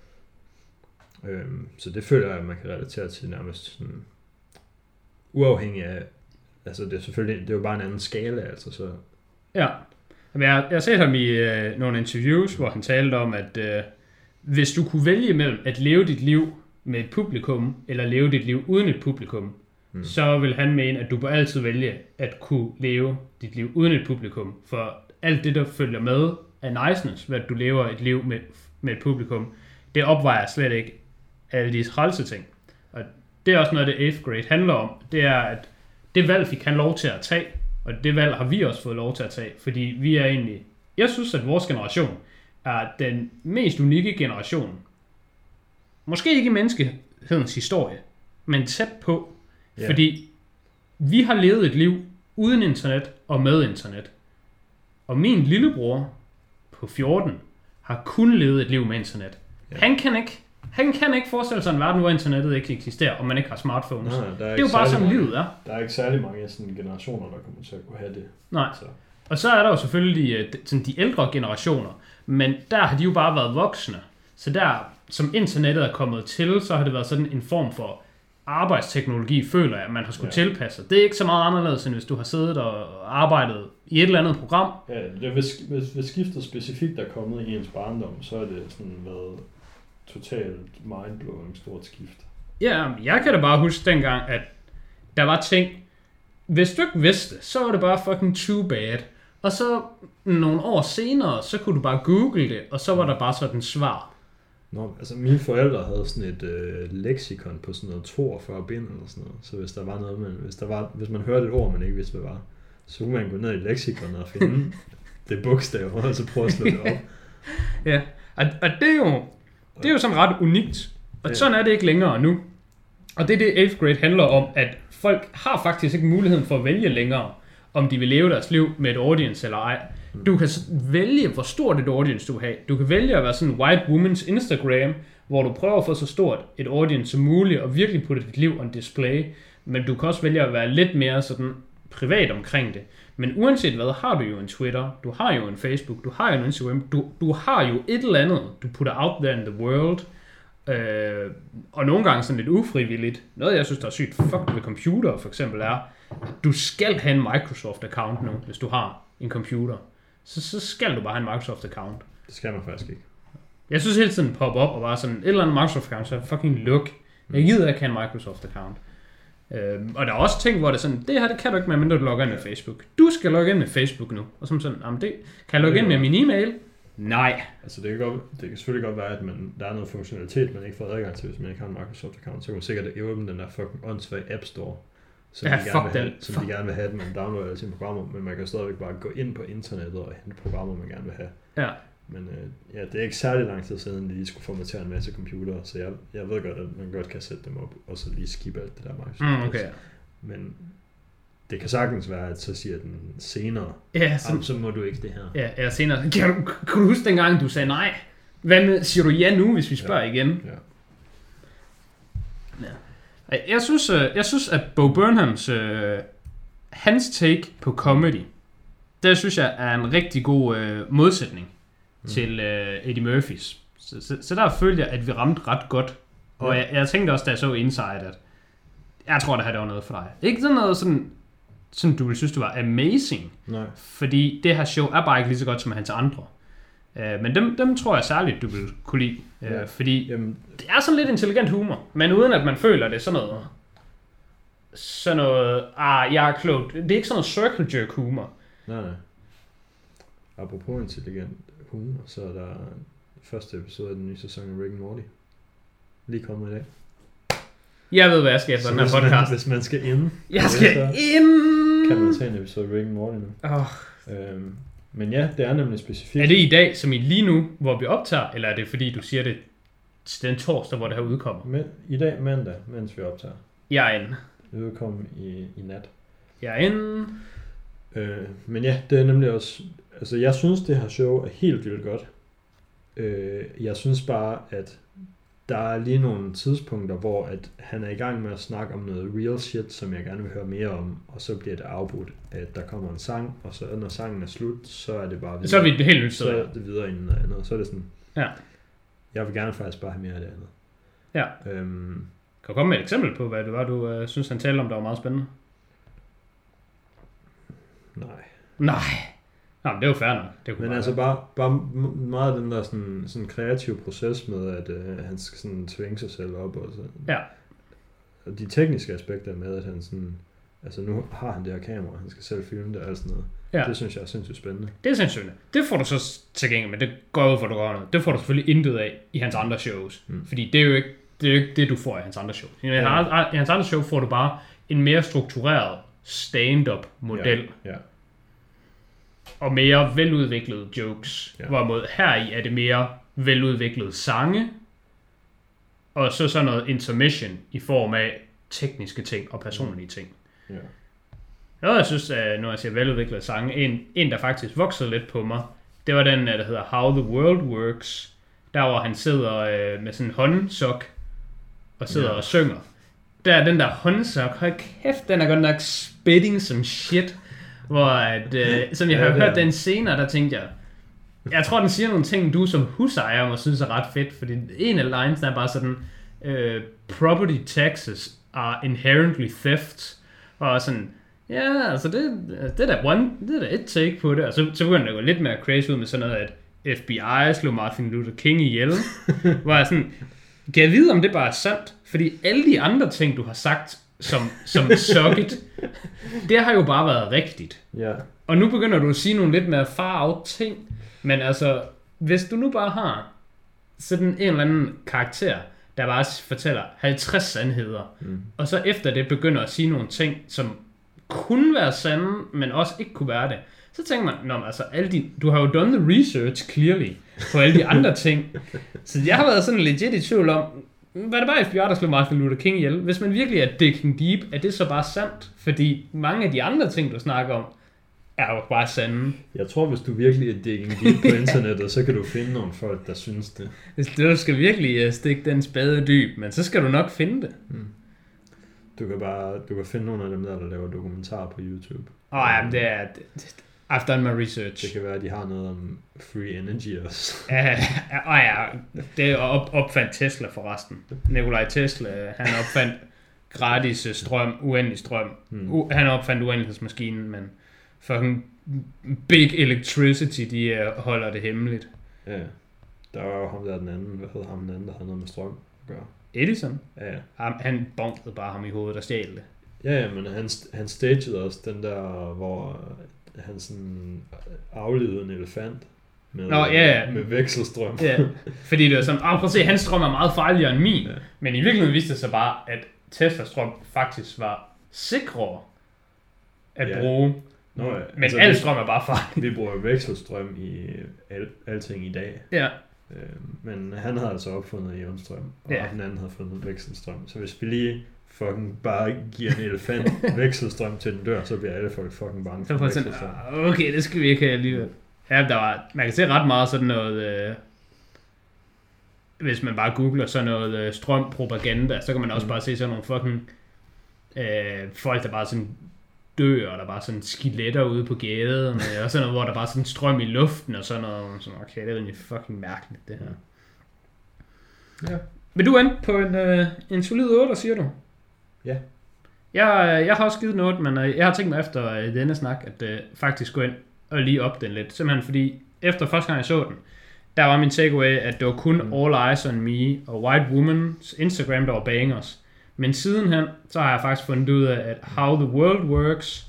Så det føler jeg, at man kan relatere til nærmest sådan, uafhængig af, altså det er selvfølgelig, det er jo bare en anden skala, altså så. Ja. Jeg har set ham i nogle interviews, hvor han talte om, at hvis du kunne vælge mellem at leve dit liv med et publikum, eller leve dit liv uden et publikum, så vil han mene, at du bør altid vælge at kunne leve dit liv uden et publikum. For alt det, der følger med af niceness, hvad du lever et liv med et publikum, det opvejer slet ikke alle de trælse ting. Og det er også noget, det 8th Grade handler om. Det er, at det valg fik han lov til at tage, og det valg har vi også fået lov til at tage, fordi vi er egentlig, jeg synes, at vores generation er den mest unikke generation. Måske ikke i menneskehedens historie, men tæt på. Yeah. Fordi vi har levet et liv uden internet og med internet. Og min lillebror på 14 har kun levet et liv med internet. Yeah. Han kan ikke Han kan ikke forestille sig en verden, hvor internettet ikke eksisterer, og man ikke har smartphones. Nej, det er jo bare sådan, livet er. Der er ikke særlig mange sådan generationer, der kommer til at kunne have det. Nej. Så. Og så er der jo selvfølgelig sådan de ældre generationer, men der har de jo bare været voksne. Så der, som internettet er kommet til, så har det været sådan en form for arbejdsteknologi, føler jeg, at man har skulle tilpasse. Det er ikke så meget anderledes, end hvis du har siddet og arbejdet i et eller andet program. Ja, det hvis skiftet specifikt er kommet i ens barndom, så er det sådan været totalt mindblowing stort skift. Ja, jeg kan da bare huske dengang, at der var ting, hvis du ikke vidste, så var det bare fucking too bad. Og så nogle år senere, så kunne du bare google det, og så var der bare sådan svar. Nå, altså mine forældre havde sådan et leksikon på sådan noget 42 bind eller sådan noget. Så hvis der var noget, hvis man hørte et ord, man ikke vidste, hvad var, så kunne man gå ned i leksikonet og finde det bogstav, og så prøve at slå det op. Ja, og det er jo sådan ret unikt. Og sådan er det ikke længere nu. Og det er det 8th grade handler om, at folk har faktisk ikke muligheden for at vælge længere, om de vil leve deres liv med et audience eller ej. Du kan vælge, hvor stort et audience du vil have. Du kan vælge at være sådan en white woman's Instagram, hvor du prøver at få så stort et audience som muligt, og virkelig putte dit liv on display. Men du kan også vælge at være lidt mere sådan privat omkring det. Men uanset hvad, har du jo en Twitter, du har jo en Facebook, du har jo en Instagram, du har jo et eller andet, du putter out there in the world. Og nogle gange sådan lidt ufrivilligt. Noget jeg synes der er sygt fucked ved computer for eksempel er, at du skal have en Microsoft account nu, hvis du har en computer. Så skal du bare have en Microsoft account. Det skal man faktisk ikke. Jeg synes hele tiden pop op og bare sådan et eller andet Microsoft account, så fucking luk. Jeg gider ikke have en Microsoft account. Og der er også ting, hvor det er sådan, det her det kan du ikke med, mindre du logger ind med Facebook. Du skal logge ind med Facebook nu. Og sådan, jamen det kan jeg logge ind med min e-mail? Nej. Altså det kan selvfølgelig godt være, at der er noget funktionalitet, man ikke får adgang til, hvis man ikke har en Microsoft account. Så kan man sikkert åbne den der fucking åndssvage App Store, som de gerne vil have, at man downloader alle sine programmer, men man kan stadigvæk bare gå ind på internettet og hente programmer, man gerne vil have. Ja. Men det er ikke særlig lang tid siden, de skulle formatere en masse computere, så jeg ved godt, at man godt kan sætte dem op, og så lige skippe alt det der Microsoft. Okay. Men det kan sagtens være, at så siger den senere, så må du ikke det her. Ja, senere. Kan du huske dengang, du sagde nej? Hvad med, siger du ja nu, hvis vi spørger igen? Ja. Jeg synes, at Bo Burnhams, hans take på comedy, det synes jeg er en rigtig god modsætning til Eddie Murphys. Så der følte jeg, at vi ramte ret godt. Og jeg tænkte også, da jeg så Inside, at jeg tror, det her var noget for dig. Ikke sådan noget sådan du ville synes, det var amazing. Nej. Fordi det her show er bare ikke lige så godt som hans andre. Men dem tror jeg særligt, du vil kunne lide. Fordi det er sådan lidt intelligent humor. Men uden at man føler det sådan noget, jeg er klog. Det er ikke sådan noget circle jerk humor. Nej. Apropos intelligent humor, så er der første episode af den nye sæson af Rick and Morty. Lige kommet i dag. Jeg ved, hvad jeg skal efter den her podcast. Hvis man skal ind. Jeg skal ind! Kan man tage en episode af Rick and Morty nu. Men ja, det er nemlig specifikt. Er det i dag, som i lige nu, hvor vi optager, eller er det fordi, du siger det den torsdag, hvor det her udkommer? I dag mandag, mens vi optager. Jeg er inde. Det udkommer i nat. Jeg er inde. Men ja, det er nemlig også... Altså, jeg synes, det her show er helt vildt godt. Jeg synes bare, at der er lige nogle tidspunkter, hvor at han er i gang med at snakke om noget real shit, som jeg gerne vil høre mere om, og så bliver det afbrudt, at der kommer en sang, og så når sangen er slut, så er det bare videre. Så er vi det helt nyt. Så er det videre inden noget andet. Så er det sådan, jeg vil gerne faktisk bare have mere af det andet. Ja. Kan du komme med et eksempel på, hvad det var, du synes, han talte om, der var meget spændende? Nej. Nå, men det er jo fair nok. Men altså bare meget af den der sådan kreative proces med, at han skal sådan tvinge sig selv op og sådan. Ja. Og de tekniske aspekter med, at han sådan, altså nu har han det her kamera, han skal selv filme det og alt sådan noget. Ja. Det synes jeg er sindssygt spændende. Det er sindssygt. Det får du så tilgængeligt, men det går ud for, du gør noget. Det får du selvfølgelig intet af i hans andre shows. Fordi det er jo ikke det, du får i hans andre shows. I hans andre show får du bare en mere struktureret stand-up model. Ja. Og mere veludviklede jokes. Ja. Hvorimod heri er det mere veludviklede sange. Og så sådan noget intermission i form af tekniske ting og personlige ting. Ja. Noget jeg synes, når jeg siger veludviklede sange, en der faktisk voksede lidt på mig, det var den, der hedder How the World Works, der hvor han sidder med sådan en håndsok og sidder og synger. Der er den der håndsok, hold kæft, den er godt nok spitting som shit. Hvor at, som jeg har hørt den senere, der tænkte jeg tror den siger nogle ting, du som husejer må synes er ret fedt, fordi en af lines er bare sådan, property taxes are inherently theft, og sådan, ja, altså det er da et take på det, og så begynder det at gå lidt mere crazy ud med sådan noget, at FBI slog Martin Luther King ihjel, hvor jeg sådan, kan jeg vide, om det bare er sandt? Fordi alle de andre ting, du har sagt, som socket, det har jo bare været rigtigt. Ja. Og nu begynder du at sige nogle lidt mere far-out ting, men altså, hvis du nu bare har sådan en eller anden karakter, der bare fortæller 50 sandheder, og så efter det begynder at sige nogle ting, som kunne være sande, men også ikke kunne være det, så tænker man, nå, altså, du har jo done the research clearly på alle de andre ting. Så jeg har været sådan legit i tvivl om, var det bare FBI, der slog Martin Luther King ihjel? Hvis man virkelig er digging deep, er det så bare sandt? Fordi mange af de andre ting, du snakker om, er jo bare sande. Jeg tror, hvis du virkelig er digging deep på internettet, så kan du finde nogle folk, der synes det. Hvis du skal virkelig stikke den spade dyb, men så skal du nok finde det. Du kan finde nogle af dem der laver dokumentarer på YouTube. Ja, det er... I've done my research. Det kan være, at de har noget om free energy også. Ja, det opfandt Tesla forresten. Nikolaj Tesla, han opfandt gratis strøm, uendelig strøm. Han opfandt uendelighedsmaskinen, men fucking big electricity, de holder det hemmeligt. Ja, der var jo ham der den anden, hvad hedder ham den anden, der havde noget med strøm at gøre? Edison? Ja. Han bonkede bare ham i hovedet og stjal det. Ja, men han stagede også den der, hvor han sådan aflevede en elefant med vekselstrøm. Ja, fordi det var sådan, prøv at se, hans strøm er meget farligere end min. Ja. Men i virkeligheden viste det sig bare, at Teslas strøm faktisk var sikrere at bruge. Men altså, al strøm er bare farlig. Vi bruger vekselstrøm i alting i dag. Ja. Men han havde altså opfundet ionstrøm, og den anden havde fundet vekselstrøm. Så hvis vi lige fucking bare giver en elefant vekselstrøm til den dør, så bliver alle folk fucking bange for vekselstrøm. Okay, det skal vi ikke have alligevel. Ja, man kan se ret meget sådan noget, hvis man bare googler sådan noget strømpropaganda, så kan man også bare se sådan nogle fucking folk, der bare sådan dør, og der bare sådan skeletter ude på gaden, og sådan noget, hvor der bare sådan strøm i luften, og sådan noget. Sådan, okay, det er egentlig fucking mærkeligt, det her. Ja. Vil du ende på en solid 8, siger du? Ja. Jeg har også givet en 8, men jeg har tænkt mig efter denne snak, at faktisk gå ind og lige op den lidt. Simpelthen fordi, efter første gang jeg så den, der var min takeaway, at det var kun All Eyes on Me og White Woman's Instagram, der var bangers. Men sidenhen, så har jeg faktisk fundet ud af, at How the World Works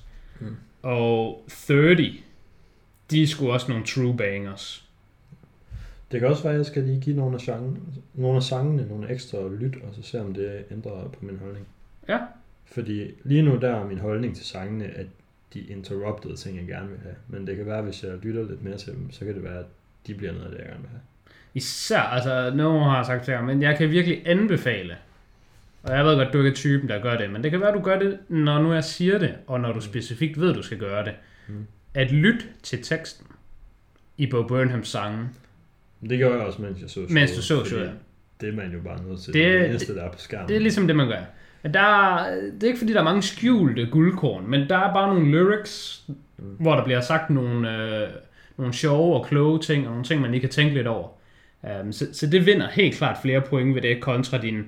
og 30, de er sgu også nogle true bangers. Det kan også være, at jeg skal lige give nogle af sangene nogle ekstra lyt, og så se om det ændrer på min holdning. Ja. Fordi lige nu der er min holdning til sangene, at de interrupted ting, jeg gerne vil have. Men det kan være, hvis jeg lytter lidt mere til dem, så kan det være, at de bliver noget af det, jeg gerne vil have. Især, altså, nu har jeg sagt til jer, men jeg kan virkelig anbefale, og jeg ved godt, du ikke er typen, der gør det, men det kan være, du gør det, når nu jeg siger det, og når du specifikt ved, du skal gøre det. At lytte til teksten i Bo Burnhams sange. Det gjorde jeg også, mens jeg så. Mens du så, ja. Det er man jo bare nødt til. Det er det eneste, der er på skærmen. Det er ligesom det, man gør. Det er ikke fordi, der er mange skjulte guldkorn, men der er bare nogle lyrics, hvor der bliver sagt nogle sjove og kloge ting, og nogle ting, man lige kan tænke lidt over. Så det vinder helt klart flere point ved det, kontra din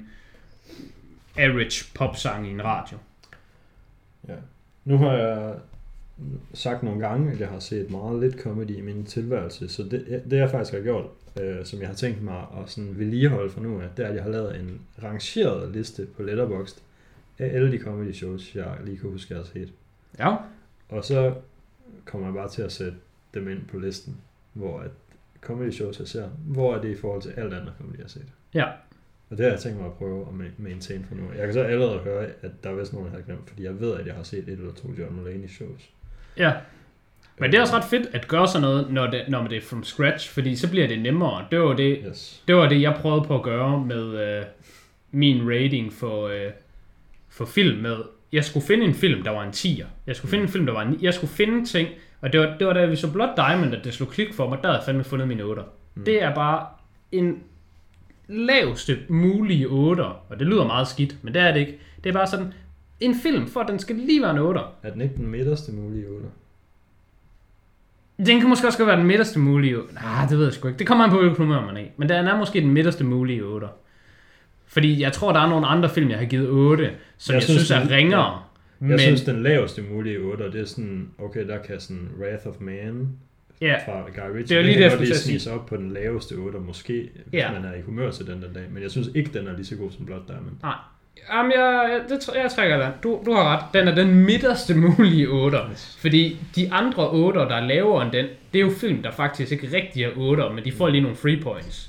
average popsang i en radio. Ja. Nu har jeg sagt nogle gange, at jeg har set meget lidt comedy i min tilværelse, så det jeg faktisk har gjort, som jeg har tænkt mig at sådan vedligeholde fra nu af, det er, at jeg har lavet en rangeret liste på Letterboxd af alle de comedy shows, jeg lige kan huske, jeg har set. Ja. Og så kommer jeg bare til at sætte dem ind på listen, hvor at comedy shows jeg ser, hvor er det i forhold til alt andet comedy, jeg har set. Ja. Og det har jeg tænkt mig at prøve at maintain for nu. Jeg kan så allerede høre, at der er vist nogen, jeg har glemt, fordi jeg ved, at jeg har set 1 eller 2 John Mulaney shows. Ja. Men det er også ret fedt at gøre sådan noget, når det er from scratch, fordi så bliver det nemmere. Det var det jeg prøvede på at gøre med min rating for film med. Jeg skulle finde en film, der var en 10'er. Jeg skulle finde en film, der var jeg skulle finde ting, og det var da vi så Blood Diamond, at det slog klik for mig, der havde jeg fandme fundet mine 8'er. Det er bare en laveste mulige 8'er, og det lyder meget skidt, men det er det ikke. Det er bare sådan, en film, for at den skal lige være en 8'er. Er den ikke den midterste mulige 8'er? Den kan måske også være den midterste mulige 8'er. Nej, det ved jeg sgu ikke. Det kommer an på, hvilken humør man er i. Men den er måske den midterste mulige 8'er. Fordi jeg tror, der er nogle andre film, jeg har givet 8, som jeg synes er ringere. Ja. Jeg synes, den laveste mulige 8'er, det er sådan, okay, der kan sådan Wrath of Man fra Guy Ritchie. Det er jo lige det, jeg skulle sige. Snige op på den laveste 8'er, måske, hvis man er i humør til den dag. Men jeg synes ikke, den er lige så god som Blood Diamond. Nej. Jamen, jeg trækker den. Du har ret. Den er den midterste mulige 8'er. Yes. Fordi de andre 8'er, der er lavere end den, det er jo film, der faktisk ikke rigtig er 8'er, men de får lige nogle free points.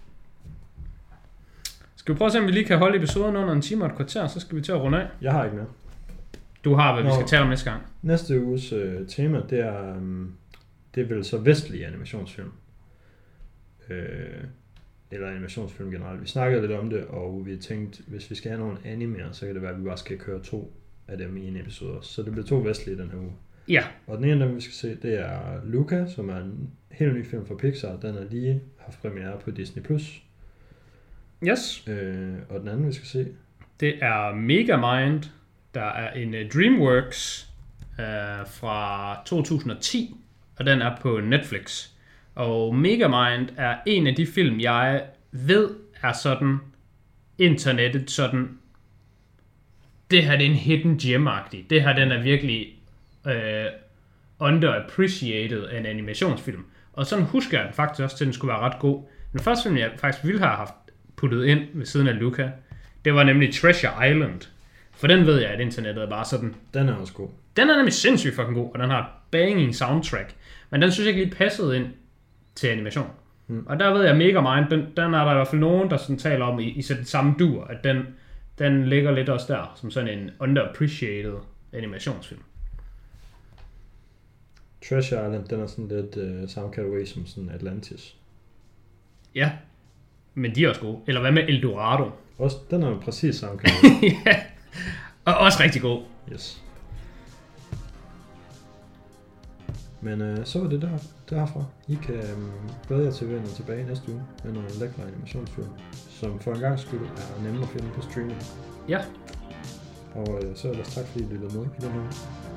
Skal vi prøve at se, om vi lige kan holde episoden under en time og et kvarter, så skal vi til at runde af. Jeg har ikke mere. Du har, hvad vi skal tale om næste gang. Næste uges tema, det er vel så vestlige animationsfilm. Eller animationsfilm generelt. Vi snakkede lidt om det, og vi tænkte, hvis vi skal have nogle animer, så kan det være, at vi bare skal køre 2 af dem i en episode. Så det bliver 2 vestlige den her uge. Ja. Og den ene af dem, vi skal se, det er Luca, som er en helt ny film fra Pixar. Den er lige haft premiere på Disney+. Yes. Og den anden, vi skal se, det er Megamind, der er en DreamWorks fra 2010, og den er på Netflix. Og Megamind er en af de film, jeg ved er sådan internettet sådan, det her det er en hidden gem-agtig. Det her den er virkelig underappreciated af en animationsfilm. Og sådan husker jeg den faktisk også til, den skulle være ret god. Den første film, jeg faktisk ville have haft puttet ind ved siden af Luca, det var nemlig Treasure Island. For den ved jeg, at internettet er bare sådan. Den er også god. Den er nemlig sindssygt fucking god, og den har et banging soundtrack. Men den synes jeg ikke lige passede ind til animation. Og der ved jeg Megamind, den er der i hvert fald nogen, der sådan taler om i sådan samme dur, at den ligger lidt også der, som sådan en underappreciated animationsfilm. Treasure Island, den er sådan lidt samme kategori som sådan Atlantis. Ja, men de er også gode. Eller hvad med Eldorado? Også, den er jo præcis samme kategori. Ja, og også rigtig god. Yes. Men så var det derfra. I kan glæde jer til at vende tilbage næste uge med nogle lækre animationsfilm, som for en gang skyld er nemme at finde på streaming. Ja. Og så ellers tak fordi I lyttede med i den her.